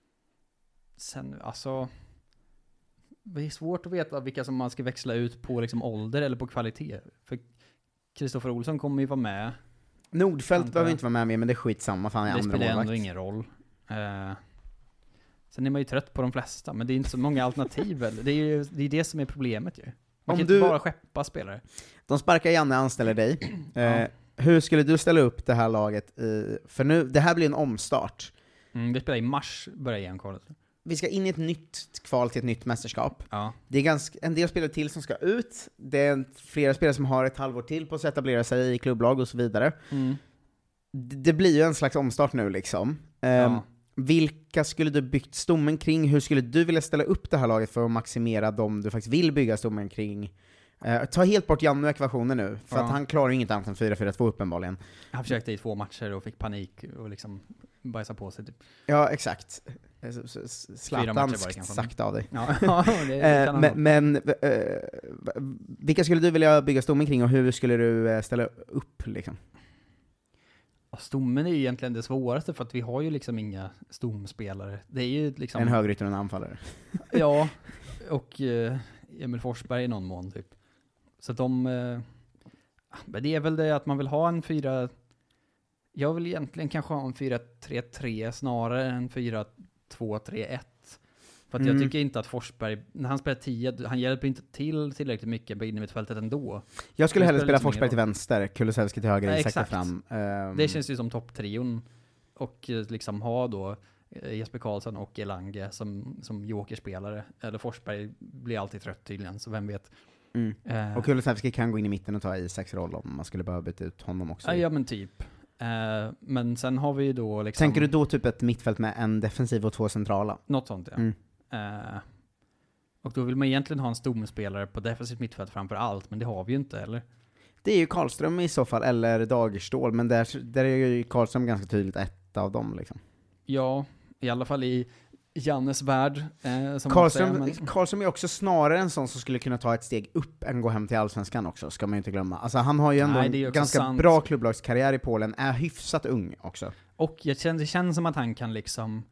sen, alltså... Det är svårt att veta vilka som man ska växla ut på liksom ålder eller på kvalitet. För Kristoffer Olsson kommer ju vara med. Nordfeldt behöver inte vara med, med men det är skitsamma. Fan, det andra spelar målvakt. ändå ingen roll. Uh, sen är man ju trött på de flesta, men det är inte så många alternativ väl. Det är ju det, är det som är problemet ju. Man Om kan du, inte bara skeppa spelare. De sparkar Janne, anställer dig. Ja. Uh, hur skulle du ställa upp det här laget i, för nu, det här blir en omstart. Mm, det spelar i mars, börjar igen kvalet. Vi ska in i ett nytt kval till ett nytt mästerskap. Ja. Det är ganska, en del spelare till som ska ut. Det är flera spelare som har ett halvår till på att etablera sig i klubblag och så vidare. Mm. Det, det blir ju en slags omstart nu liksom. Ja. Um, vilka skulle du byggt stommen kring? Hur skulle du vilja ställa upp det här laget för att maximera dem du faktiskt vill bygga stommen kring? Uh, ta helt bort Janne ekvationen nu, för Ja. att han klarar ju inget annat än fyra fyra två uppenbarligen. Han försökte i två matcher och fick panik och liksom bajsa på sig typ. Ja, exakt. Fyra matcher var det Zlatanskt kanske. sagt av dig. Ja, ja, det Eh, kan han men ha. men eh, vilka skulle du vilja bygga stommen kring och hur skulle du eh, ställa upp liksom? Ja, stommen är ju egentligen det svåraste för att vi har ju liksom inga stomspelare. Det är ju liksom... En högerytter och en anfallare. Ja, och eh, Emil Forsberg i någon mån typ. Så att de... Eh, men det är väl det att man vill ha en fyra... Jag vill egentligen kanske ha en fyra tre tre snarare än fyra två tre ett. För att Mm. jag tycker inte att Forsberg, när han spelar tio, han hjälper inte till tillräckligt mycket på innermittfältet ändå. Jag skulle Det hellre spelar spela liksom Forsberg ingen till roll. vänster, Kulusevski till höger, Ja, Isak exakt. fram. Um, Det känns ju som topptrion. Och eh, liksom ha då eh, Jesper Karlsson och Elange som, som jokerspelare. Eller Forsberg blir alltid trött tydligen, så vem vet. Mm. Eh, Och Kulusevski kan gå in i mitten och ta Isaks roll om man skulle behöva byta ut honom också. ja, ja, men typ. Eh, men sen har vi ju då liksom... Tänker du då typ ett mittfält med en defensiv och två centrala? Något sånt, ja. Mm. Eh, och då vill man egentligen ha en storspelare på defensivt mittfält framför allt, men det har vi ju inte, eller? Det är ju Karlström i så fall, eller Dagerstål, men där, där är ju Karlström ganska tydligt ett av dem liksom. Ja, i alla fall i Jannes värld. Eh, som Karlström, man säger, men... Karlström är också snarare en sån som skulle kunna ta ett steg upp än gå hem till Allsvenskan också, ska man ju inte glömma. Alltså han har ju ändå Nej, det är en också ganska sant. bra klubblagskarriär i Polen, är hyfsat ung också. Och jag känner, det känns som att han kan liksom,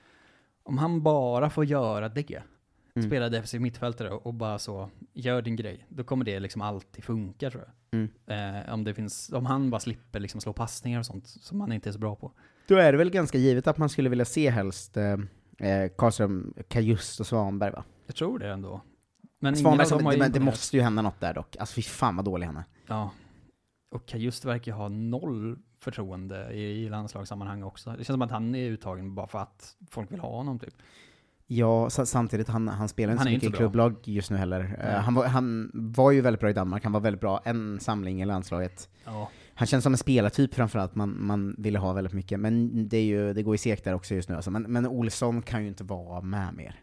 om han bara får göra det, Mm. spela defensiv mittfältare och bara så, gör din grej, då kommer det liksom alltid funka, tror jag. Mm. Eh, om det finns, om han bara slipper liksom slå passningar och sånt som han inte är så bra på. Då är det väl ganska givet att man skulle vilja se helst eh, eh, Karlström, Kajust och Svanberg, va? Jag tror det ändå. Men ingen Svanberg, av dem som, har det, ju men det imponerat. måste ju hända något där dock. Alltså fy fan vad dålig han är. Ja. Och just verkar ha noll förtroende i, i landslagssammanhang också. Det känns som att han är uttagen bara för att folk vill ha honom typ. Ja, s- samtidigt, han, han spelar inte Han så är mycket i inte bra. klubblag just nu heller. Nej. Uh, han, var, han var ju väldigt bra i Danmark, han var väldigt bra en samling i landslaget. Ja. Han känns som en spelartyp framförallt, man, man ville ha väldigt mycket. Men det, är ju, det går i sek där också just nu. Alltså. Men, men Olsson kan ju inte vara med mer.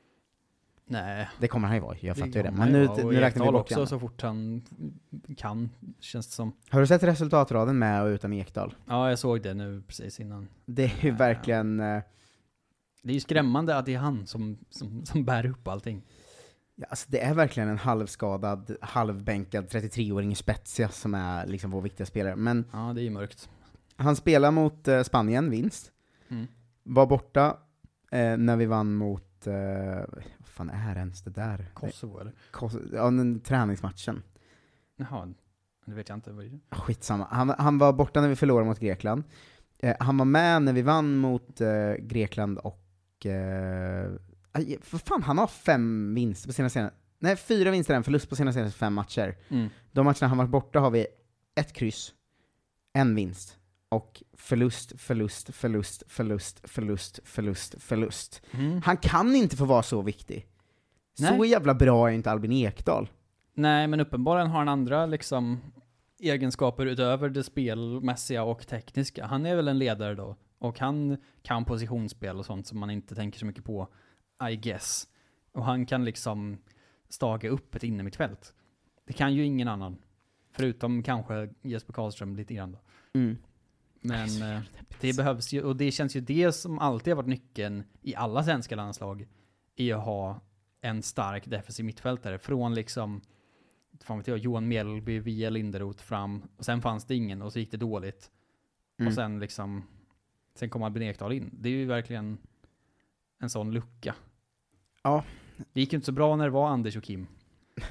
Nej. Det kommer han ju vara, jag fattar ju det. kommer Men han nu, ju vara. Och nu räknar vi Ekdal bort också Janne. så fort han kan, känns det som. Har du sett resultatraden med och utan Ekdal? Ja, jag såg det nu precis innan. Det är ju verkligen... Uh, Det är ju skrämmande att det är han som, som, som bär upp allting. ja, alltså det är verkligen en halvskadad, halvbänkad trettiotre-åring i Spezia som är liksom vår viktiga spelare. Men Ja, det är ju mörkt. han spelar mot uh, Spanien, vinst. Mm. Var borta eh, när vi vann mot, eh, vad fan är ens det där? Kosovo, eller? Kos- ja, den träningsmatchen. Jaha, det vet jag inte. Vad är det? Skitsamma. Han, han var borta när vi förlorade mot Grekland. Eh, han var med när vi vann mot eh, Grekland och... Eh, aj, för fan, han har fem vinster på sina senaste... Nej, fyra vinster och en förlust på sina senaste fem matcher. Mm. De matcherna han varit borta har vi ett kryss, en vinst. Och förlust, förlust, förlust, förlust, förlust, förlust, förlust. Mm. Han kan inte få vara så viktig. Nej. Så jävla bra är inte Albin Ekdal. Nej, men uppenbarligen har han andra liksom egenskaper utöver det spelmässiga och tekniska. Han är väl en ledare då. Och han kan positionsspel och sånt som man inte tänker så mycket på, I guess. Och han kan liksom staga upp ett innermittfält. Det kan ju ingen annan. Förutom kanske Jesper Karlström lite grann då. Mm. Men eh, det behövs ju, och det känns ju det som alltid har varit nyckeln i alla svenska landslag, i att ha en stark defensiv mittfältare. Från liksom, fan vet jag, Johan Mjällby via Linderoth fram, och sen fanns det ingen och så gick det dåligt. Mm. Och sen liksom, sen kom Albin Ekdal in. Det är ju verkligen en sån lucka. Ja. Det gick ju inte så bra när det var Anders och Kim.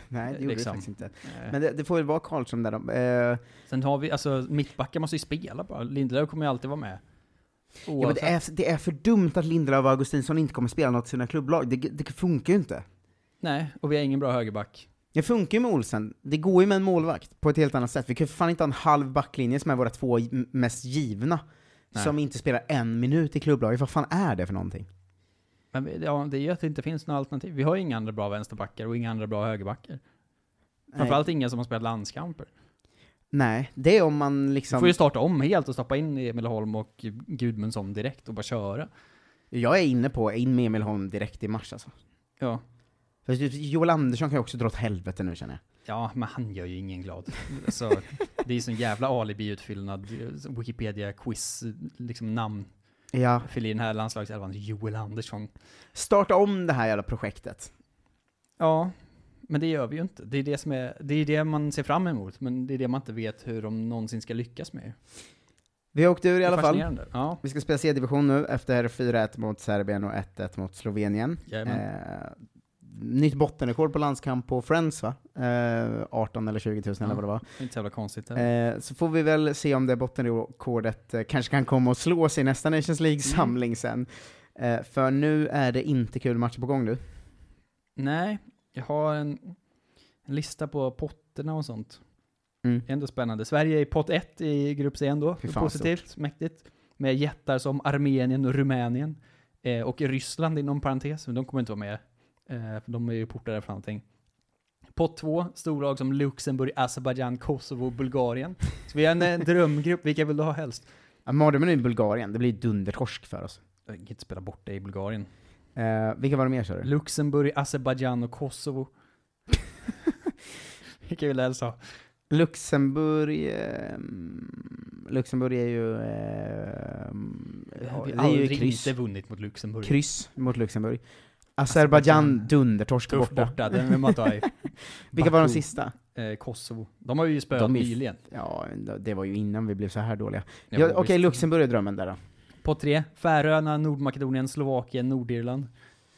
Nej, det gjorde liksom. det faktiskt inte. Eh. Men det, det får väl vara Karlsson där då. Eh. Sen har vi, alltså mittbackar måste ju spela bara. Lindelöf kommer ju alltid vara med. Ja, men det, är, det är för dumt att Lindelöf och Augustinsson inte kommer spela något i sina klubblag. Det, det funkar ju inte. Nej, och vi har ingen bra högerback. Det funkar ju med Olsen. Det går ju med en målvakt på ett helt annat sätt. Vi kan ju fan inte ha en halv backlinje som är våra två mest givna. Nej. Som inte spelar en minut i klubblaget. Vad fan är det för någonting? Men ja, det är ju att det inte finns några alternativ. Vi har ju inga andra bra vänsterbackar och inga andra bra högerbackar. Framförallt inga som har spelat landskamper. Nej, det är om man liksom... Du får ju starta om helt och stoppa in Emil Holm och Gudmundsson direkt och bara köra. Jag är inne på in med Emil Holm direkt i mars alltså. Ja. För Joel Andersson kan ju också dra åt helvete nu, känner jag. Ja, men han gör ju ingen glad. Så, det är ju sån jävla alibi-utfyllnad, Wikipedia-quiz, liksom namn. Ja. Fyll i den här landslagselvan, Joel Andersson. Starta om det här jävla projektet. Ja, men det gör vi ju inte. Det är det som är, det är det man ser fram emot, men det är det man inte vet hur de någonsin ska lyckas med. Vi har åkt ur i alla fall. Ja. Vi ska spela C-division nu efter fyra ett mot Serbien och ett ett mot Slovenien. Eh, nytt bottenrekord på landskamp på Friends, va? Eh, arton eller tjugo tusen ja, eller vad det var. Det är inte så jävla konstigt. Eh, så får vi väl se om det bottenrekordet eh, kanske kan komma och slå sig i nästa Nations League-samling mm. sen. Eh, för nu är det inte kul matcher på gång nu. Nej, jag har en, en lista på potterna och sånt. Mm. Ändå spännande. Sverige är i pott ett i grupp C ändå. Positivt, stort. Mäktigt. Med jättar som Armenien och Rumänien. Eh, och Ryssland inom parentes. Men de kommer inte vara med. Eh, för de är ju portade för någonting. Pott två, storlag som Luxemburg, Azerbaijan, Kosovo och Bulgarien. Så vi är en, en drömgrupp. Vilka vill du ha helst? Ja, Mardrömmen i Bulgarien. Det blir dundertorsk för oss. Jag kan inte spela bort det i Bulgarien. Eh, vilka var det mer, så du? Luxemburg, Azerbaijan och Kosovo. Vilka vill du helst ha? Luxemburg eh, Luxemburg är ju eh, vi det är ju kryss. Inte vunnit mot Luxemburg. Kryss mot Luxemburg. Azerbaijan dundertorsk borta. borta. Den vill man ta i. Vilka var de sista? Eh, Kosovo. De har ju spöat nyligen. Ja, det var ju innan vi blev så här dåliga. Ja, Okej, okay, Luxemburg är drömmen där då. På tre, Färöarna, Nordmakedonien, Slovakien, Nordirland.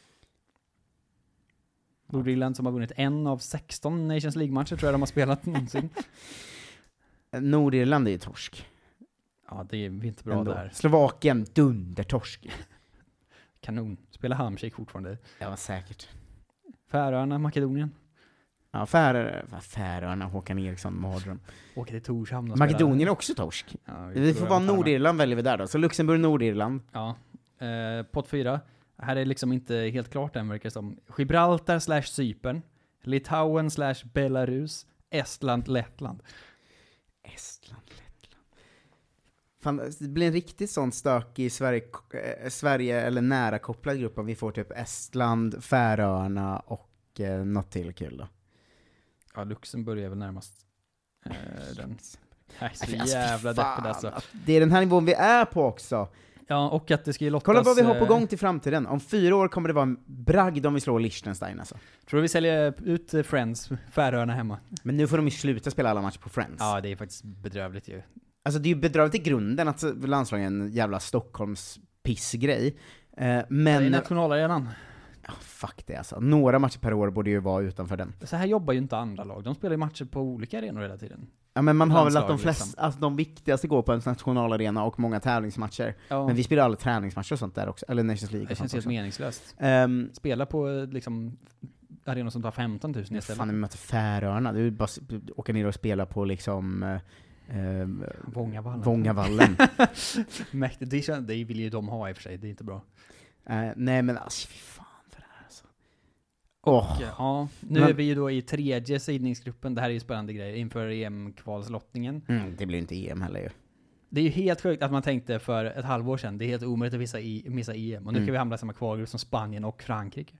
Nordirland som har vunnit en av sexton Nations League-matcher tror jag de har spelat någonsin. Nordirland är ju torsk. Ja, det är inte bra ändå. Där. Slovakien, dundertorsk. Kanon. Spelar Hamsik fortfarande. Ja, säkert. Färöarna, Makedonien. Ja, Färö, Färöarna, Håkan Eriksson, Mardröm. Åker till Torshamn och Makedonien är också torsk. Ja, vi, vi får vara Nordirland väljer vi där då. Så Luxemburg, Nordirland. Ja. Eh, pott fyra. Här är liksom inte helt klart än, verkar som. Gibraltar slash Cypern. Litauen slash Belarus. Estland, Lettland. Estland, Lettland. Fan, det blir en riktigt sån stök i Sverige, eh, Sverige eller nära kopplad grupp om vi får typ Estland, Färöarna och eh, något till kul då. Ja, Luxemburg är väl närmast eh, den. Nej, så alltså, jävla deppigt alltså. Det är den här nivån vi är på också. Ja, och att det ska ju lottas... Kolla vad vi har på gång till framtiden. Om fyra år kommer det vara en bragd om vi slår Liechtenstein alltså. Tror du vi säljer ut Friends, Färöarna hemma? Men nu får de ju sluta spela alla matcher på Friends. Ja, det är faktiskt bedrövligt ju. Alltså det är ju bedrövligt i grunden att landslaget är en jävla Stockholms pissgrej. Eh, men... Det är nationalarenan. Ja, fuck det alltså. Några matcher per år borde ju vara utanför den. Så här jobbar ju inte andra lag. De spelar ju matcher på olika arenor hela tiden. Ja, men man har väl att de flesta, liksom. alltså de viktigaste går på en nationalarena och många tävlingsmatcher. Ja. Men vi spelar alla träningsmatcher och sånt där också. Eller Nations League. Det känns helt också. meningslöst. Um, Spela på liksom arenor som tar femton tusen istället. Fan, vi möter Färöarna. Du bara åka ner och spela på liksom... Uh, Vångavallen. Vångavallen. Mäktigt. Det, det vill ju de ha i och för sig. Det är inte bra. Uh, nej, men alltså, fy fan för det här alltså. Oh. Ja, nu men, är vi ju då i tredje sidningsgruppen. Det här är ju spännande grejer inför E M-kvalslottningen. Mm, det blir inte E M heller ju. Det är ju helt sjukt att man tänkte för ett halvår sedan. Det är helt omöjligt att missa, i, missa E M. Och nu mm. kan vi hamna i samma kvalgrupp som Spanien och Frankrike.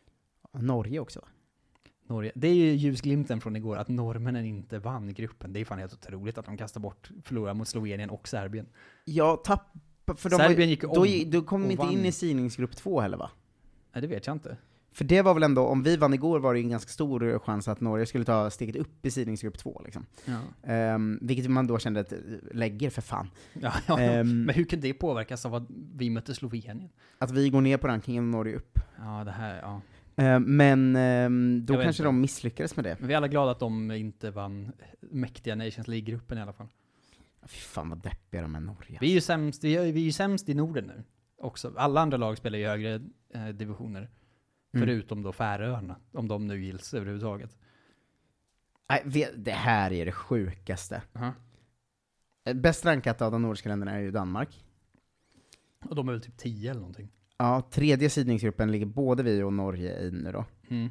Norge också. Norge. Det är ju ljusglimten från igår att norrmännen inte vann gruppen. Det är fan helt otroligt att de kastar bort, förlorar mot Slovenien och Serbien. Ja, tapp för de Serbien var, gick om. Då, då kom de inte vann. In i sidningsgrupp två heller, va? Nej, det vet jag inte. För det var väl ändå, om vi vann igår var det en ganska stor chans att Norge skulle ta steget upp i sidningsgrupp två liksom. Ja. Um, vilket man då kände att lägger för fan. Ja, ja. Um, men hur kan det påverkas av att vi mötte Slovenien? Att vi går ner på rankingen och Norge upp. Ja, det här, ja. Uh, men um, då Jag vet kanske inte. de misslyckades med det. Men vi är alla glada att de inte vann mäktiga Nations League-gruppen i alla fall. Fy fan vad deppiga de är Norge. Vi är ju sämst, vi är, vi är ju sämst i Norden nu. Också. Alla andra lag spelar i högre eh, divisioner. Mm. Förutom då Färöarna. Om de nu gills överhuvudtaget. Nej, vi, det här är det sjukaste. Uh-huh. Bäst rankat av de nordiska länderna är ju Danmark. Och de är väl typ tio eller någonting. Ja, tredje sidningsgruppen ligger både vi och Norge i nu då. Mm.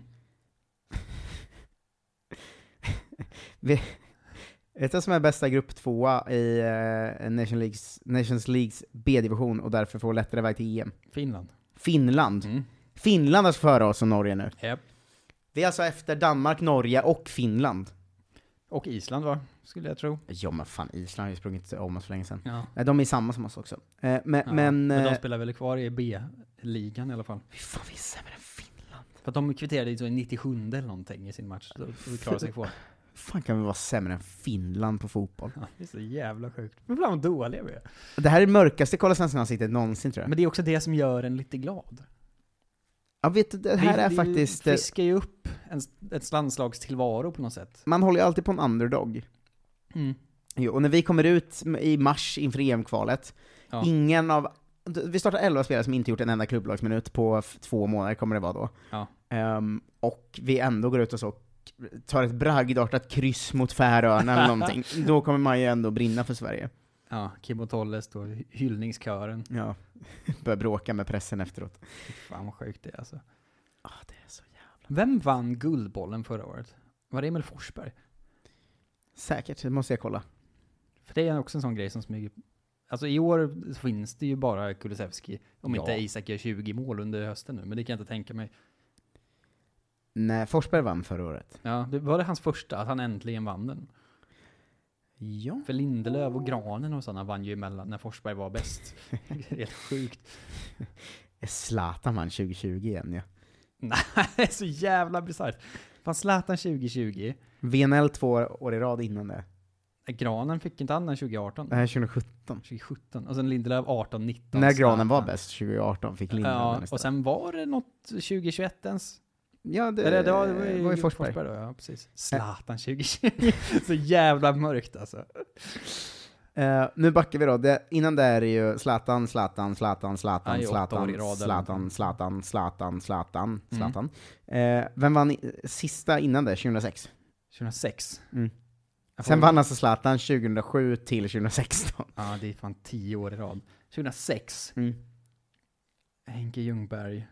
vi, vet du vad som är bästa grupp tvåa i uh, Nation Leagues, Nations Leagues B-division och därför får lättare väg till E M? Finland. Finland. Mm. Finland är före oss och Norge nu. Yep. Vi är alltså efter Danmark, Norge och Finland. Och Island va? Skulle jag tro. Ja men fan, Island har ju sprungit om oss för länge sedan. Ja. Nej, de är samma som oss också. Eh, men, Ja, men, men de eh, spelar väl kvar i B-ligan i alla fall. Fy fan, vi är sämre än Finland. För att de kvitterade i så i nittiosju eller någonting i sin match. Så vi klarar sig kvar. Hur fan kan vi vara sämre än Finland på fotboll? Ja, det är så jävla sjukt. Men bland dåliga vi är. Det här är det mörkaste Kolla Svenskan-ansiktet någonsin tror jag. Men det är också det som gör en lite glad. Ja, vet du, det här det, är det faktiskt... friskar ju upp en, ett landslags tillvaro på något sätt. Man håller ju alltid på en underdog. Mm. Jo, och när vi kommer ut i mars inför E M-kvalet, Ja. ingen av... Vi startar elva spelare som inte gjort en enda klubblagsminut på f- två månader kommer det vara då. Ja. Um, och vi ändå går ut och så tar ett bragdartat kryss mot Färöarna eller någonting. Då kommer man ju ändå brinna för Sverige. Ja, Kim och Tolles då, hyllningskören. Ja, börjar bråka med pressen efteråt. Fan vad sjukt det är alltså. Ah, det är så jävla... Vem vann Guldbollen förra året? Var det Emil Forsberg? Säkert, det måste jag kolla. För det är också en sån grej som smyger... Alltså i år finns det ju bara Kulusevski. Om Ja. inte Isak gör tjugo mål under hösten nu. Men det kan jag inte tänka mig. Nej, Forsberg vann förra året. Ja, det var det hans första, att han äntligen vann den. Ja. För Lindelöf och Granen och sådana vann ju emellan när Forsberg var bäst. Det är helt sjukt. Zlatan vann tjugo tjugo igen, ja. Nej, det är så jävla bisarrt. Fan, Zlatan tjugo tjugo. V N L två år i rad innan det. Granen fick inte han den tjugo arton. Det här är tjugo sjutton. tjugo sjutton. Och sen Lindelöf arton nitton. När Granen Zlatan. var bäst, tjugo arton, fick Lindelöf Ja, den istället. och sen var det något tjugo tjugoett ens. Ja, det, Eller, det var, det var, var ju Forsberg. då, ja, precis. Zlatan tjugo tjugo. Så jävla mörkt alltså. Uh, nu backar vi då. Det, innan det är det ju Zlatan, Zlatan, Zlatan, Zlatan, Ja, i åtta Zlatan, år i rad eller Zlatan, någonting. Zlatan, Zlatan, Zlatan, Mm. Zlatan. Eh, vem vann i, sista innan det? tjugohundrasex. tjugohundrasex. Mm. Jag Sen får- vann alltså Zlatan tjugohundrasju till tjugohundrasexton. Ja, det är fan tio år i rad. tjugohundrasex. Mm. Henke Ljungberg.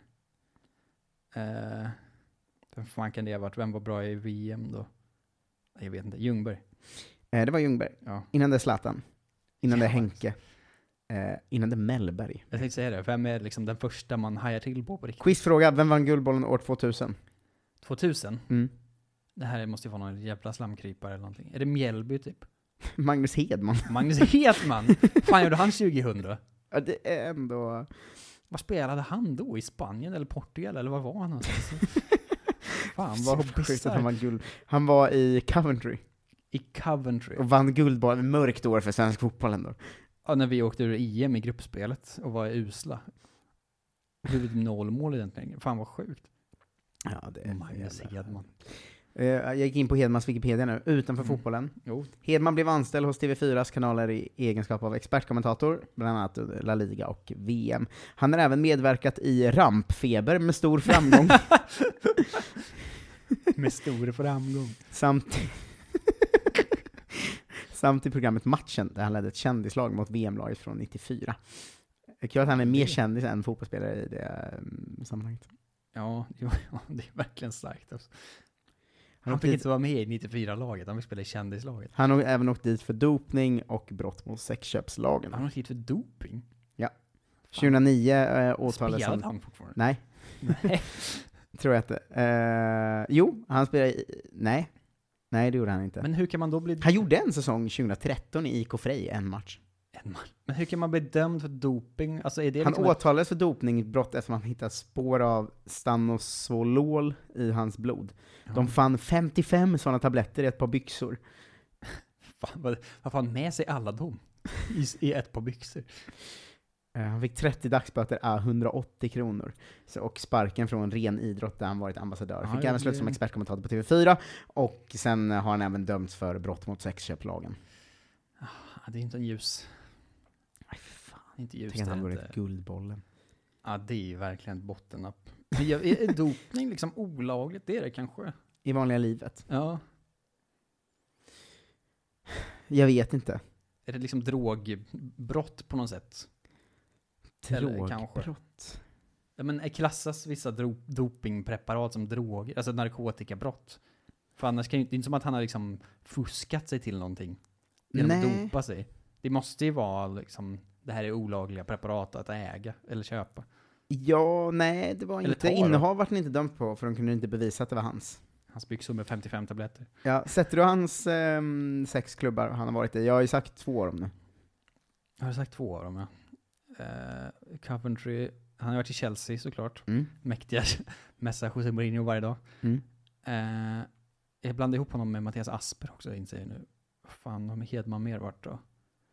Eh, vem fan kan det ha varit? Vem var bra i V M då? Nej, jag vet inte. Ljungberg. Eh, det var Ljungberg. Ja. Innan det Zlatan. Innan det Ja. Henke. Eh, innan det Mellberg. Jag tänkte säga det. Vem är liksom den första man hajar till på på riktigt? Quizfråga, vem vann Guldbollen år tvåtusen? tvåtusen? Mm. Det här måste ju vara någon jävla slamkrypare eller någonting. Är det Mjällby typ? Magnus Hedman. Magnus Hedman? Fan gjorde han tjugohundra? Ja, det är ändå... Vad spelade han då? I Spanien eller Portugal? Eller var var han någonstans? Fan vad Sjukt att han bisarrt. var guld. Han var i Coventry. I Coventry. Och vann Guldbollen. Mörkt år för svensk fotboll ändå. Ja, när vi åkte ur E M i gruppspelet och var usla. Det blev noll mål egentligen. Fan vad sjukt. Ja, det är Magnus jävla- Hedman. Eh, jag gick in på Hedmans Wikipedia nu, utanför Mm. fotbollen. Jo. Hedman blev anställd hos T V fyras kanaler i egenskap av expertkommentator, bland annat under La Liga och V M. Han har även medverkat i Rampfeber med stor framgång. Med stor framgång. samt, samt i programmet Matchen, där han ledde ett kändislag mot V M-laget från nittiofyra. Kul att han är mer kändis än fotbollsspelare i det um, sammanhanget. Ja, jo, ja, det är verkligen starkt. Alltså. Han, Han åkte fick dit, inte vara med i nittiofyra-laget, han fick spela i kändislaget. han har även åkt dit för dopning och brott mot sexköpslagen. Han har hit för doping. tjugohundranio eh, åtalades Spelade han... han fortfarande? Nej, Nej. tror jag inte. Eh, jo, han spelade i... Nej. Nej, det gjorde han inte. Men hur kan man då bli... Han gjorde en säsong tjugotretton i I K Frej, en match. En man. Men hur kan man bli dömd för doping? Alltså är det Han liksom ett... åtalades för dopningbrott eftersom han hittade spår av stanosolol i hans blod. Ja. De fann femtiofem sådana tabletter i ett par byxor. Fan, vad, vad fan med sig alla dem? I, I ett par byxor. Uh, han fick trettio dagsböter, är hundraåttio kronor. Så, och sparken från ren idrott där han varit ambassadör. Ja, fick även slut som expertkommentator på T V fyra. Och sen har han även dömts för brott mot sexköplagen. Ah, det är inte en ljus. Nej, fan. Inte ljus. Tänk att han det var inte. ett guldbollen. Ja, det är ju verkligen ett bottennapp. Men jag- Är är dopning liksom olagligt? Det är det kanske. I vanliga livet. Ja. Jag vet inte. Är det liksom drogbrott på något sätt? Eller kanske. Drogbrott. Ja, men klassas vissa dro- dopingpreparat som droger, alltså narkotikabrott? För annars kan ju, det är inte som att han har liksom fuskat sig till någonting genom Nej. att dopa sig. Det måste ju vara liksom, det här är olagliga preparat att äga eller köpa. Ja, nej, det var Eller inte. ta då. Innehav vart ni inte dömt på, för de kunde inte bevisa att det var hans. Hans byxor med femtiofem tabletter. Ja, sätter du hans ehm, sex klubbar han har varit i? Jag har ju sagt två år om nu. Jag har sagt två av dem, ja. Uh, Coventry, han har varit i Chelsea såklart. Mm. Mäktiga mässa José Mourinho varje dag. Mm. Uh, jag blandade ihop honom med Mattias Asper också, inser jag nu. Fan, har Hedman mer varit då?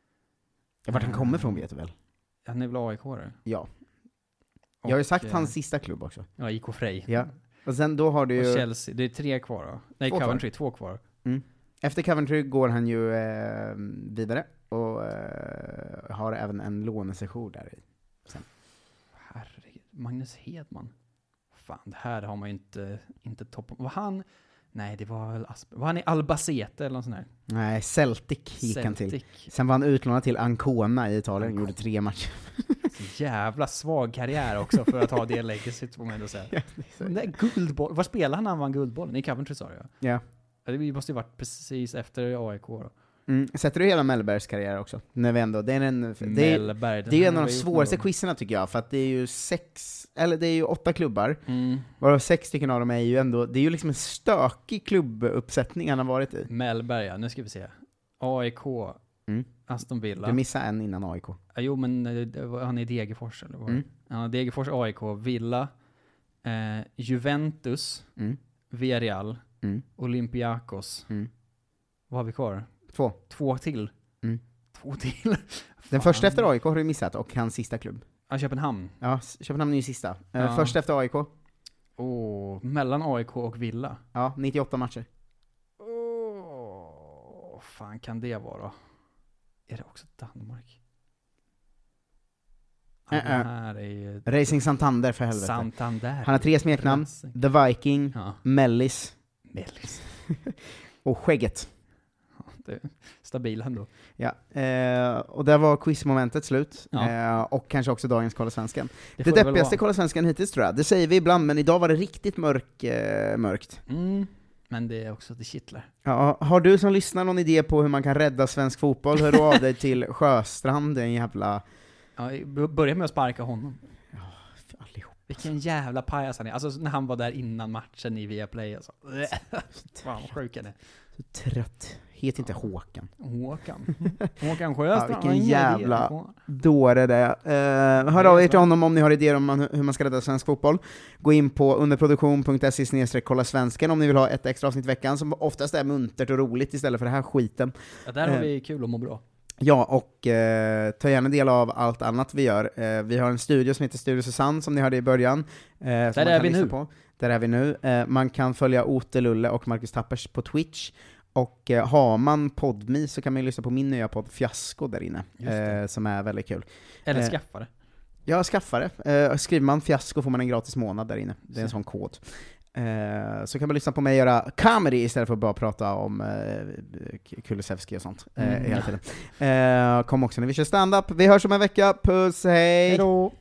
Ja, vart han Eh, kommer från vet du väl? Han är väl A I K-are? Ja. Jag har ju sagt Och, hans eh, sista klubb också. Ja, I K Frej. Ja. Och sen då har du Och ju... Chelsea, det är tre kvar då. Nej, Två Coventry, två kvar. Mm. Efter Coventry går han ju eh, vidare och eh, har även en lånesession där i. Sen. Herregud, Magnus Hedman. Fan, det här har man ju inte, inte toppen. Var han... Nej, det var väl Asper. Var han i Albacete eller något sånt där? Nej, Celtic gick han till. Celtic. Sen var han utlånad till Ancona i Italien och gjorde tre matcher. Så jävla svag karriär också för att ha det legacyt, får man ändå säga. Ja, det är så. Nej, guldboll. Vad spelade han när han vann guldbollen? I Coventry, sa jag. Ja. Ja, det måste ju varit precis efter A I K då. Mm. Sätter du hela Mellbergs karriär också? När vi ändå, det är en, det är, Mellberg, det är ju en av har de vi gjort svåraste någon gång. quizerna tycker jag, för att det är ju sex, eller det är ju åtta klubbar, Mm. varav sex stycken av dem är ju ändå, det är ju liksom en stökig klubbuppsättning han har varit i. Mellberg, ja. Nu ska vi se. A I K, Mm. Aston Villa. Du missade en innan A I K. Ja, jo, men eh, det var- han är i Degerfors, eller vad? Mm. Han är Degerfors, A I K, Villa, eh, Juventus, Mm. Villarreal, Mm. Olympiakos. Mm. Vad har vi kvar? Två. Två till. Mm. Två till. Den Fan. första efter A I K har du missat, och hans sista klubb. Ja, Köpenhamn. Ja, S- Köpenhamn är ju sista. Eh, Ja. Första efter A I K. Åh, mellan A I K och Villa. Ja, nittioåtta matcher. Åh, fan kan det vara? Är det också Danmark? Ja, Äh, det äh. här är ju Racing Santander, för helvete. Santander. Han har tre smeknamn. Racing. The Viking, Ja, Mellis Mellis. och Skägget. Det är stabil ändå. Ja, eh, och där var quizmomentet slut. Ja. Eh, och kanske också dagens Kolla Svensken. Det, får väl deppigaste vara. Kolla Svensken hittills tror jag. Det säger vi ibland, men idag var det riktigt mörk, eh, mörkt. Mm, men det är också det kittlar. Ja, har du som lyssnar någon idé på hur man kan rädda svensk fotboll, hör du av dig till Sjöstrand, en jävla... Ja, b- börja med att sparka honom. Allihop. Vilken jävla pajas han är. Alltså när han var där innan matchen i Viaplay. Alltså. Fan vad sjuk han är. Så trött. Heter inte Håkan. Håkan. Håkan Ja, Sjöstrand. vilken Ingen jävla idé. dåre det är. Eh, hör av er till honom om ni har idéer om man, hur man ska rädda svensk fotboll. Gå in på underproduktion punkt se snedstreck kolla svensken om ni vill ha ett extra avsnitt i veckan som oftast är muntert och roligt istället för det här skiten. Ja, där har Eh, vi kul och må bra. Ja, och eh, ta gärna del av allt annat vi gör. Eh, vi har en studio som heter Studio Susanne, som ni hörde i början. Eh, som man är kan vi lyssna nu. På. Där är vi nu. Eh, man kan följa Ote Lulle och Marcus Tappers på Twitch. Och eh, har man Podme så kan man ju lyssna på min nya podd Fiasko där inne, Just det. eh, som är väldigt kul. Eller eh, skaffa det. Ja, skaffa det. Eh, skriver man Fiasko får man en gratis månad där inne. Det är en Så. sån kod. Eh, så kan man lyssna på mig göra comedy istället för att bara prata om eh, Kulusevski och sånt eh, Mm. hela tiden. Eh, kom också när vi kör stand-up. Vi hörs om en vecka. Puss, hej! Hejdå!